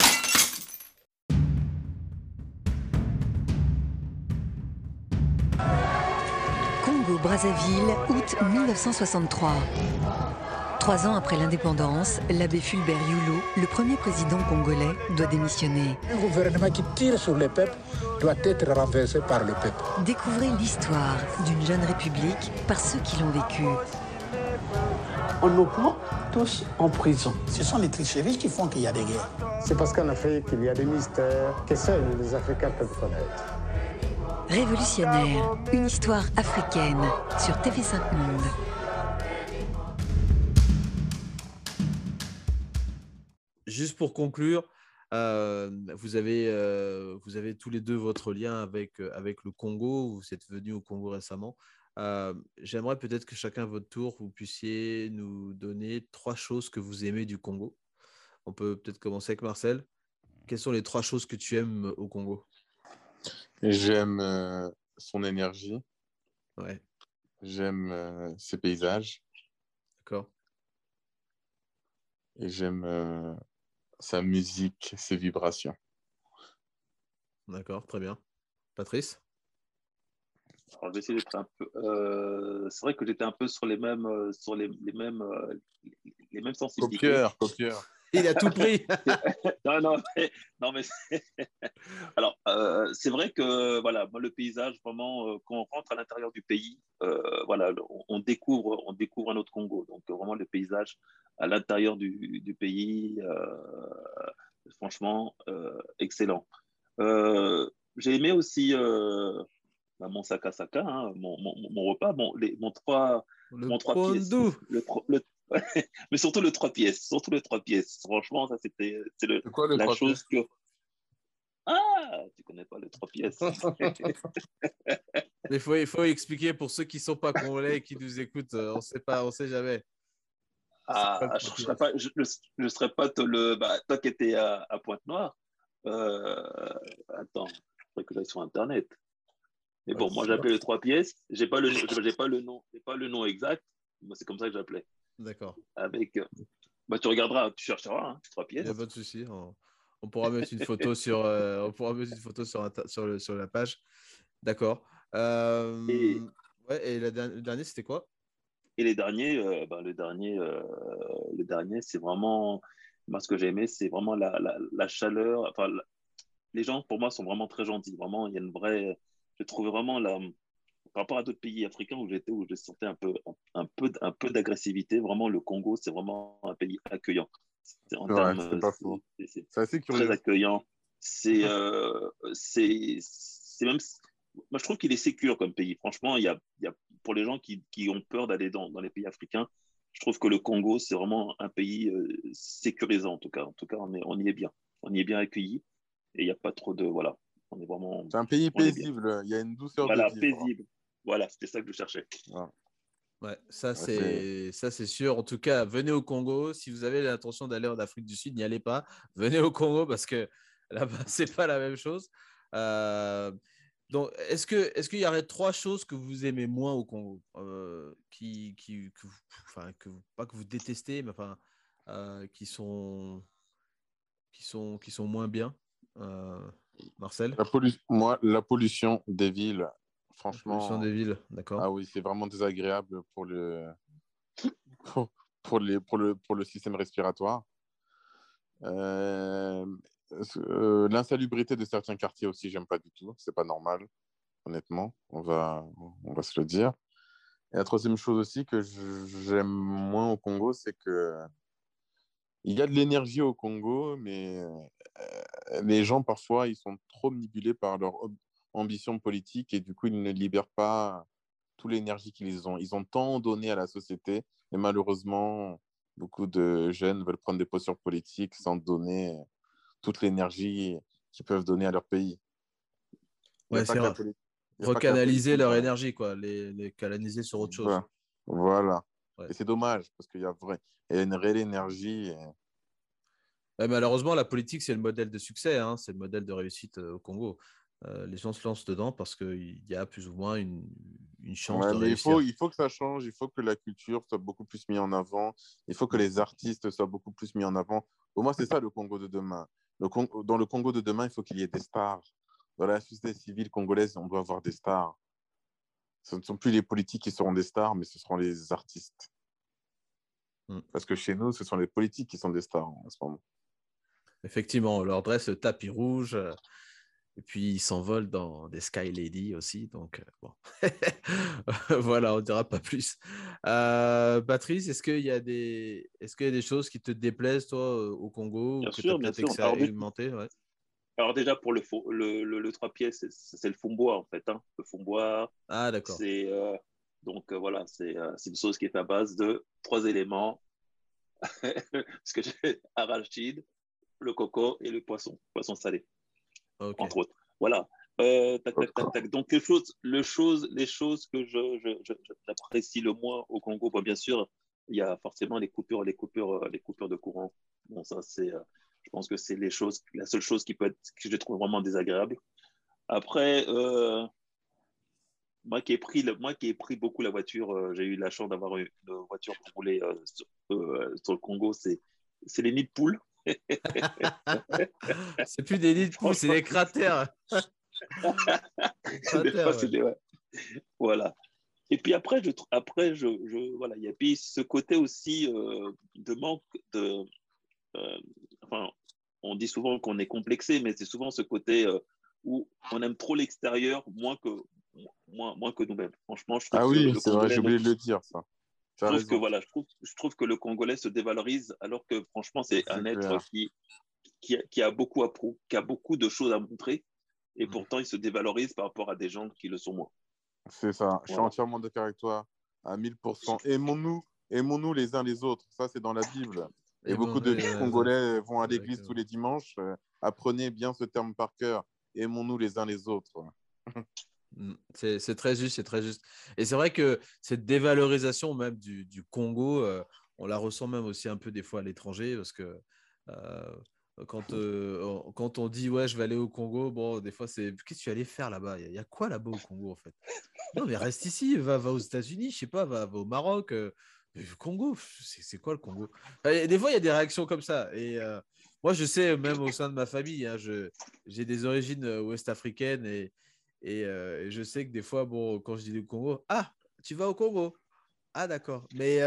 Congo-Brazzaville, août 1963. 3 ans après l'indépendance, l'abbé Fulbert Youlou, le premier président congolais, doit démissionner. Un gouvernement qui tire sur le peuple doit être renversé par le peuple. Découvrez l'histoire d'une jeune république par ceux qui l'ont vécue. On nous prend tous en prison. Ce sont les tricheries qui font qu'il y a des guerres. C'est parce qu'en Afrique, il y a des mystères que seuls les Africains peuvent connaître. Révolutionnaire, une histoire africaine sur TV5 Monde. Juste pour conclure, vous avez tous les deux votre lien avec le Congo. Vous êtes venus au Congo récemment. J'aimerais peut-être que chacun à votre tour, vous puissiez nous donner 3 choses que vous aimez du Congo. On peut peut-être commencer avec Marcel. Quelles sont les 3 choses que tu aimes au Congo? J'aime son énergie. Ouais. J'aime ses paysages. D'accord. Et j'aime sa musique, ses vibrations. D'accord, très bien. Patrice? Alors, je vais essayer d'être un peu. C'est vrai que j'étais un peu sur les mêmes sensibilités. Copieur. Il a tout pris. non, mais alors c'est vrai que voilà, moi, le paysage vraiment quand on rentre à l'intérieur du pays, voilà, on découvre un autre Congo. Donc vraiment le paysage à l'intérieur du pays, franchement excellent. J'ai aimé aussi mon saka, hein, mon repas, mon trois pièces. Pondu. Mais surtout le 3 pièces. Surtout le 3 pièces. Franchement, ça, c'est C'est quoi les la trois chose pièces? que. Ah, tu connais pas le 3 pièces. Mais il faut expliquer pour ceux qui ne sont pas congolais et qui nous écoutent. On ne sait jamais. C'est quoi le Ah, 3 pièces? je serais pas toi qui étais à Pointe-Noire. Attends, il faudrait que j'aille sur Internet. Mais Ouais, bon, c'est moi sûr. j'appelais le 3 pièces. J'ai pas le nom exact. Moi, c'est comme ça que j'appelais. D'accord. Avec, tu regarderas, tu chercheras, hein, 3 pièces. Il n'y a pas de souci. On pourra mettre une photo sur la page. D'accord. Et, Ouais, et le dernier, c'était quoi? et les derniers, le dernier, c'est vraiment, moi ce que j'ai aimé, c'est vraiment la chaleur. Enfin, les gens pour moi sont vraiment très gentils. Vraiment, il y a une vraie, je trouve vraiment par rapport à d'autres pays africains où j'étais, où je sentais un peu d'agressivité. Vraiment, le Congo, c'est vraiment un pays accueillant. En Ouais, termes, c'est pas faux. c'est C'est assez très curieux. accueillant. C'est même, moi je trouve qu'il est sécure comme pays. Franchement, il y a pour les gens qui ont peur d'aller dans les pays africains, je trouve que le Congo, c'est vraiment un pays sécurisant en tout cas. En tout cas, on y est bien. On y est bien accueilli et il n'y a pas trop de, voilà, on est vraiment, C'est un pays on est bien. paisible. Il y a une douceur de Voilà, vivre. paisible. Voilà, c'était ça que je cherchais. Ouais. Ouais, Ouais, c'est ça c'est sûr. En tout cas, venez au Congo. Si vous avez l'intention d'aller en Afrique du Sud, n'y allez pas. Venez au Congo parce que là-bas, c'est pas la même chose. Donc, est-ce qu'il y aurait 3 choses que vous aimez moins au Congo, pas que vous détestez, mais enfin, qui sont moins bien, Marcel? la pollution des villes, La pollution franchement, des villes, d'accord. ah oui, c'est vraiment désagréable pour, pour le système respiratoire. Euh, L'insalubrité de certains quartiers aussi, j'aime pas du tout. C'est pas normal, honnêtement. On va se le dire. Et la troisième chose aussi que j'aime moins au Congo, c'est que il y a de l'énergie au Congo, mais les gens, parfois, ils sont trop manipulés par leur ambition politique et du coup, ils ne libèrent pas toute l'énergie qu'ils ont. Ils ont tant donné à la société et malheureusement, beaucoup de jeunes veulent prendre des postures politiques sans donner toute l'énergie qu'ils peuvent donner à leur pays. Il n'y a Ouais, pas c'est que la vrai. politique. Il y a pas que la Recanaliser politique. leur énergie, quoi, les canaliser sur autre chose. Voilà. Ouais. Et c'est dommage parce qu'il y a une réelle énergie. Ouais, malheureusement, la politique, c'est le modèle de succès, hein, c'est le modèle de réussite au Congo. Les gens se lancent dedans parce qu'il y a plus ou moins une chance Ouais, de mais réussir. il faut que ça change, il faut que la culture soit beaucoup plus mise en avant, il faut que les artistes soient beaucoup plus mis en avant. Pour moi, c'est ça le Congo de demain. Dans le Congo de demain, il faut qu'il y ait des stars. Dans la société civile congolaise, on doit avoir des stars. Ce ne sont plus les politiques qui seront des stars, mais ce seront les artistes. Parce que chez nous, ce sont les politiques qui sont des stars en ce moment. Effectivement, on leur dresse le tapis rouge et puis ils s'envolent dans des Sky Lady aussi. Donc, bon. Voilà, on ne dira pas plus. Patrice, est-ce qu'il y a des choses qui te déplaisent, toi, au Congo ou Bien que tu as sûr, bien peut-être sûr. expérimenté? Ouais. Alors déjà, pour le 3 pièces, c'est le fond-bois, en fait. Hein. Le fond-bois, Ah, d'accord. c'est... voilà, c'est une sauce qui est à base de 3 éléments. Parce que j'ai arachide, le coco et le poisson salé, Ok. entre autres. Voilà. Tac, tac, tac, tac. Donc, les choses que j'apprécie le moins au Congo, bon, bien sûr, il y a forcément les coupures de courant. Bon, ça, je pense que c'est la seule chose que je trouve vraiment désagréable. Après, moi qui ai pris beaucoup la voiture, j'ai eu la chance d'avoir une voiture pour rouler sur le Congo, c'est les nids de poules. C'est plus des nids de poules, c'est des cratères. Des fois, Ouais. ouais. Voilà. Et puis après, voilà, il y a puis ce côté aussi de manque de. Enfin, on dit souvent qu'on est complexé, mais c'est souvent ce côté où on aime trop l'extérieur moins que nous-mêmes. Franchement, je trouve Ah que oui, le c'est vrai, Congolais j'ai oublié de le dire, ça. Tu as raison. je trouve que le Congolais se dévalorise alors que franchement, c'est un être Clair. qui a beaucoup de choses à montrer et pourtant ils se dévalorisent par rapport à des gens qui le sont moins. C'est ça. Je suis Voilà. entièrement d'accord avec toi à 1000%. Aimons-nous les uns les autres. Ça, c'est dans la Bible. Et beaucoup de Congolais vont à l'église tous les dimanches. Apprenez bien ce terme par cœur. Aimons-nous les uns les autres. C'est très juste, c'est très juste. Et c'est vrai que cette dévalorisation même du Congo, on la ressent même aussi un peu des fois à l'étranger, parce que quand on dit ouais, je vais aller au Congo, bon, des fois c'est qu'est-ce que tu allais faire là-bas? Il y a quoi là-bas au Congo en fait? Non, mais reste ici, va aux États-Unis, je sais pas, va au Maroc. Le Congo, c'est quoi le Congo? Et des fois, il y a des réactions comme ça. Et moi, je sais, même au sein de ma famille, hein, j'ai des origines ouest-africaines et je sais que des fois, bon, quand je dis le Congo, ah, tu vas au Congo? Ah, d'accord. Mais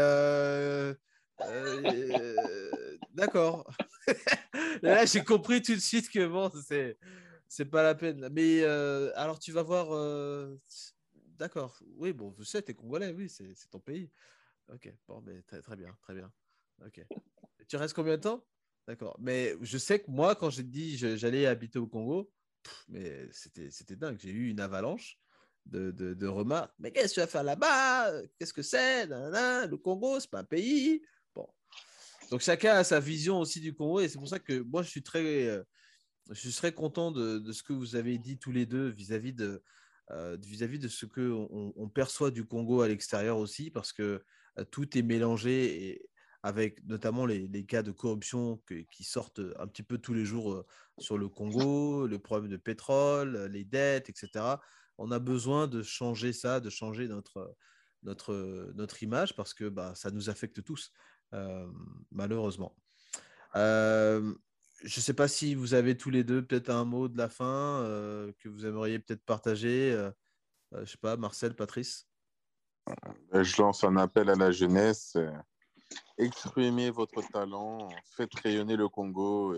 d'accord. Là, j'ai compris tout de suite que bon, c'est pas la peine. Mais alors, tu vas voir. D'accord. Oui, bon, je sais, t'es Congolais, oui, c'est ton pays. Ok, bon, mais très bien, très bien. Ok. Tu restes combien de temps? D'accord. Mais je sais que moi, quand j'ai dit j'allais habiter au Congo, mais c'était dingue. J'ai eu une avalanche de remarques. Mais qu'est-ce que tu vas faire là-bas? Qu'est-ce que c'est? Nanana, le Congo, c'est pas un pays. Bon. Donc chacun a sa vision aussi du Congo et c'est pour ça que moi, je serais content de ce que vous avez dit tous les deux vis-à-vis de ce qu'on on perçoit du Congo à l'extérieur aussi, parce que tout est mélangé et avec notamment les cas de corruption qui sortent un petit peu tous les jours sur le Congo, le problème de pétrole, les dettes, etc. On a besoin de changer ça, de changer notre image parce que bah, ça nous affecte tous, malheureusement. Euh, je ne sais pas si vous avez tous les deux peut-être un mot de la fin que vous aimeriez peut-être partager. Je ne sais pas, Marcel, Patrice. Je lance un appel à la jeunesse. Exprimez votre talent, faites rayonner le Congo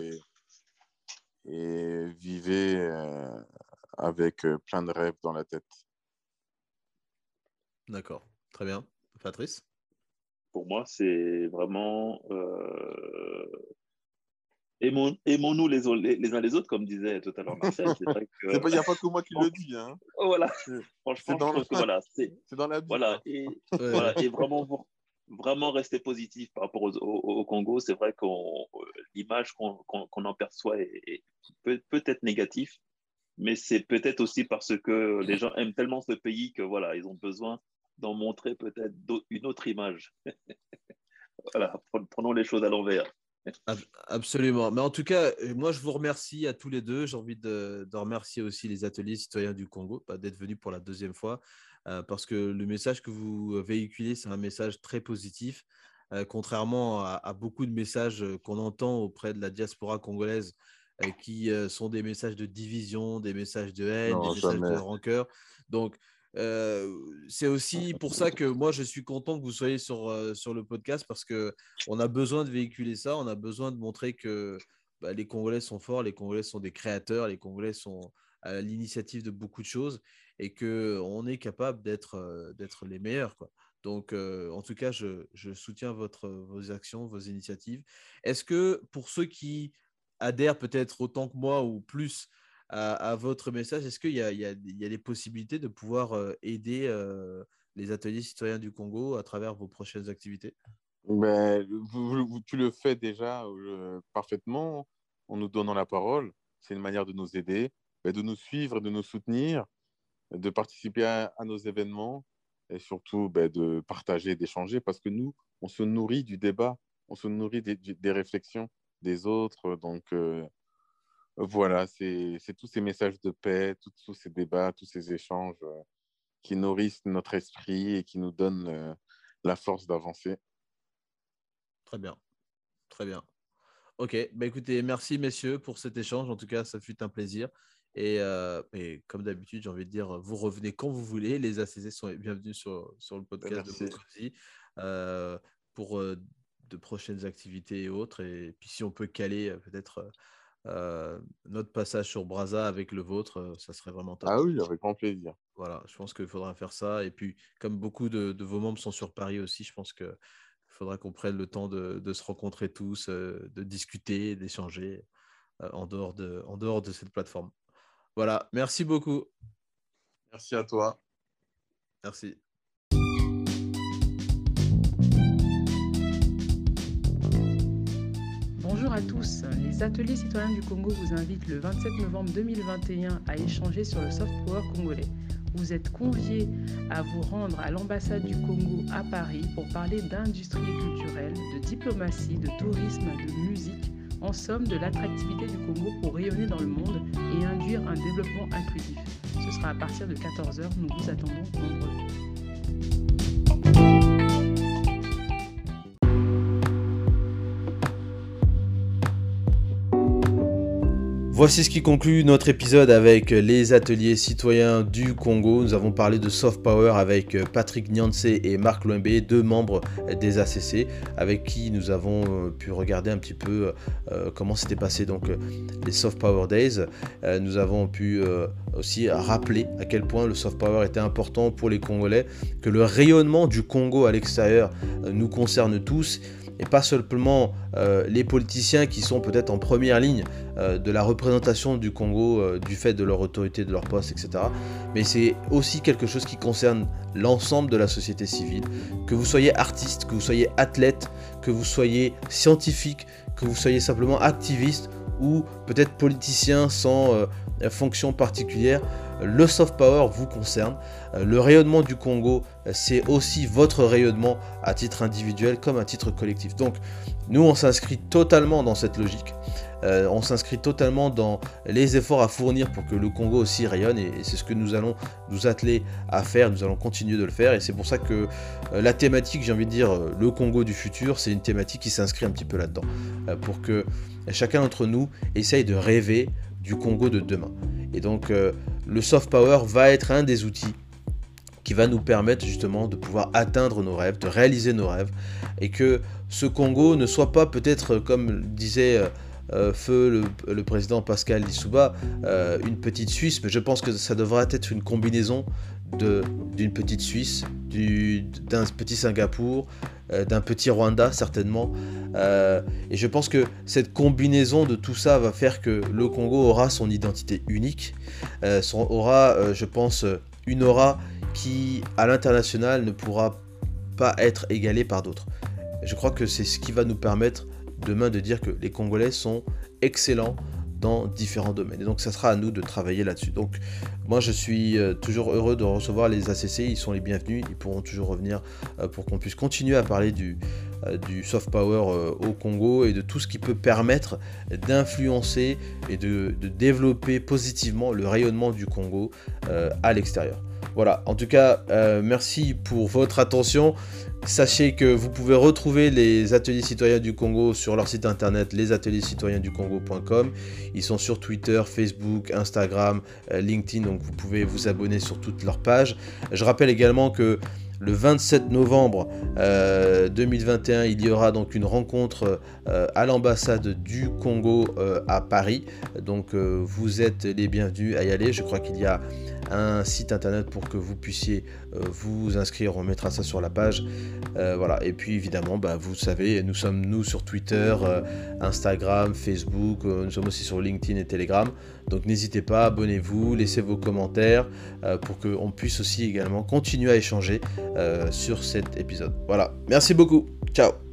et vivez avec plein de rêves dans la tête. D'accord, très bien. Patrice? Pour moi, c'est vraiment aimons-nous les uns les autres, comme disait tout à l'heure Marcel. C'est vrai que Il n'y a pas que moi qui le dis. Hein. Voilà. Franchement, je trouve que voilà, c'est dans la Bible. Voilà, et vraiment rester positif par rapport au Congo. C'est vrai que l'image qu'on en perçoit peut être négative, mais c'est peut-être aussi parce que les gens aiment tellement ce pays que voilà, ils ont besoin d'en montrer peut-être une autre image. Voilà, prenons les choses à l'envers. Absolument. Mais en tout cas, moi, je vous remercie à tous les deux. J'ai envie de remercier aussi les ateliers citoyens du Congo d'être venus pour la deuxième fois, parce que le message que vous véhiculez, c'est un message très positif, contrairement à beaucoup de messages qu'on entend auprès de la diaspora congolaise, qui sont des messages de division, des messages de haine, des messages de rancœur. Donc, c'est aussi pour ça que moi je suis content que vous soyez sur le podcast, parce que on a besoin de véhiculer ça, on a besoin de montrer que les Congolais sont forts, les Congolais sont des créateurs, les Congolais sont à l'initiative de beaucoup de choses et que on est capable d'être les meilleurs, quoi. Donc en tout cas je soutiens vos actions, vos initiatives. Est-ce que pour ceux qui adhèrent peut-être autant que moi ou plus à votre message, est-ce qu'il y a des possibilités de pouvoir aider les ateliers citoyens du Congo à travers vos prochaines activités? Mais tu le fais déjà parfaitement en nous donnant la parole. C'est une manière de nous aider, de nous suivre, de nous soutenir, de participer à nos événements et surtout de partager, d'échanger, parce que nous, on se nourrit du débat, on se nourrit des réflexions des autres. Donc, voilà, c'est tous ces messages de paix, tous ces débats, tous ces échanges qui nourrissent notre esprit et qui nous donnent la force d'avancer. Très bien, très bien. Ok, bah écoutez, merci messieurs pour cet échange. En tout cas, ça fut un plaisir. Et comme d'habitude, j'ai envie de dire, vous revenez quand vous voulez. Les ACC sont bienvenus sur le podcast de Bokosi pour de prochaines activités et autres. Et puis si on peut caler peut-être notre passage sur Brazza avec le vôtre, ça serait vraiment top. Ah oui, avec grand plaisir. Voilà, je pense qu'il faudra faire ça. Et puis, comme beaucoup de vos membres sont sur Paris aussi, je pense qu'il faudra qu'on prenne le temps de se rencontrer tous, de discuter, d'échanger en dehors de cette plateforme. Voilà, merci beaucoup. Merci à toi. Merci. Bonjour à tous, les ateliers citoyens du Congo vous invitent le 27 novembre 2021 à échanger sur le soft power congolais. Vous êtes conviés à vous rendre à l'ambassade du Congo à Paris pour parler d'industrie culturelle, de diplomatie, de tourisme, de musique, en somme de l'attractivité du Congo pour rayonner dans le monde et induire un développement inclusif. Ce sera à partir de 14h, nous vous attendons nombreux. Voici ce qui conclut notre épisode avec les ateliers citoyens du Congo. Nous avons parlé de soft power avec Patrick Nyansé et Marc Loembe, 2 membres des ACC, avec qui nous avons pu regarder un petit peu comment s'était passé donc les soft power days. Nous avons pu aussi rappeler à quel point le soft power était important pour les Congolais, que le rayonnement du Congo à l'extérieur nous concerne tous. Et pas seulement les politiciens qui sont peut-être en première ligne de la représentation du Congo du fait de leur autorité, de leur poste, etc. Mais c'est aussi quelque chose qui concerne l'ensemble de la société civile. Que vous soyez artiste, que vous soyez athlète, que vous soyez scientifique, que vous soyez simplement activiste ou peut-être politicien sans fonction particulière, le soft power vous concerne. Le rayonnement du Congo, c'est aussi votre rayonnement à titre individuel comme à titre collectif. Donc nous, on s'inscrit totalement dans cette logique. On s'inscrit totalement dans les efforts à fournir pour que le Congo aussi rayonne, et c'est ce que nous allons nous atteler à faire. Nous allons continuer de le faire, et c'est pour ça que la thématique, j'ai envie de dire, le Congo du futur, c'est une thématique qui s'inscrit un petit peu là-dedans, pour que chacun d'entre nous essaye de rêver du Congo de demain. Et donc le soft power va être un des outils qui va nous permettre justement de pouvoir atteindre nos rêves, de réaliser nos rêves, et que ce Congo ne soit pas peut-être, comme disait feu le président Pascal Lissouba, une petite Suisse, mais je pense que ça devrait être une combinaison d'une petite Suisse, d'un petit Singapour, d'un petit Rwanda certainement, et je pense que cette combinaison de tout ça va faire que le Congo aura son identité unique, aura je pense une aura qui à l'international ne pourra pas être égalée par d'autres. Je crois que c'est ce qui va nous permettre demain de dire que les Congolais sont excellents dans différents domaines. Et donc ça sera à nous de travailler là-dessus. Donc moi je suis toujours heureux de recevoir les ACC, ils sont les bienvenus, ils pourront toujours revenir pour qu'on puisse continuer à parler du soft power au Congo et de tout ce qui peut permettre d'influencer et de développer positivement le rayonnement du Congo à l'extérieur. Voilà, en tout cas, merci pour votre attention. Sachez que vous pouvez retrouver les ateliers citoyens du Congo sur leur site internet lesatelierscitoyensducongo.com. Ils sont sur Twitter, Facebook, Instagram, LinkedIn, donc vous pouvez vous abonner sur toutes leurs pages. Je rappelle également que le 27 novembre 2021, il y aura donc une rencontre à l'ambassade du Congo à Paris. Donc vous êtes les bienvenus à y aller. Je crois qu'il y a un site internet pour que vous puissiez vous inscrire. On mettra ça sur la page. Voilà. Et puis évidemment, vous savez, nous sommes sur Twitter, Instagram, Facebook. Nous sommes aussi sur LinkedIn et Telegram. Donc n'hésitez pas, abonnez-vous, laissez vos commentaires pour qu'on puisse aussi également continuer à échanger sur cet épisode. Voilà. Merci beaucoup. Ciao.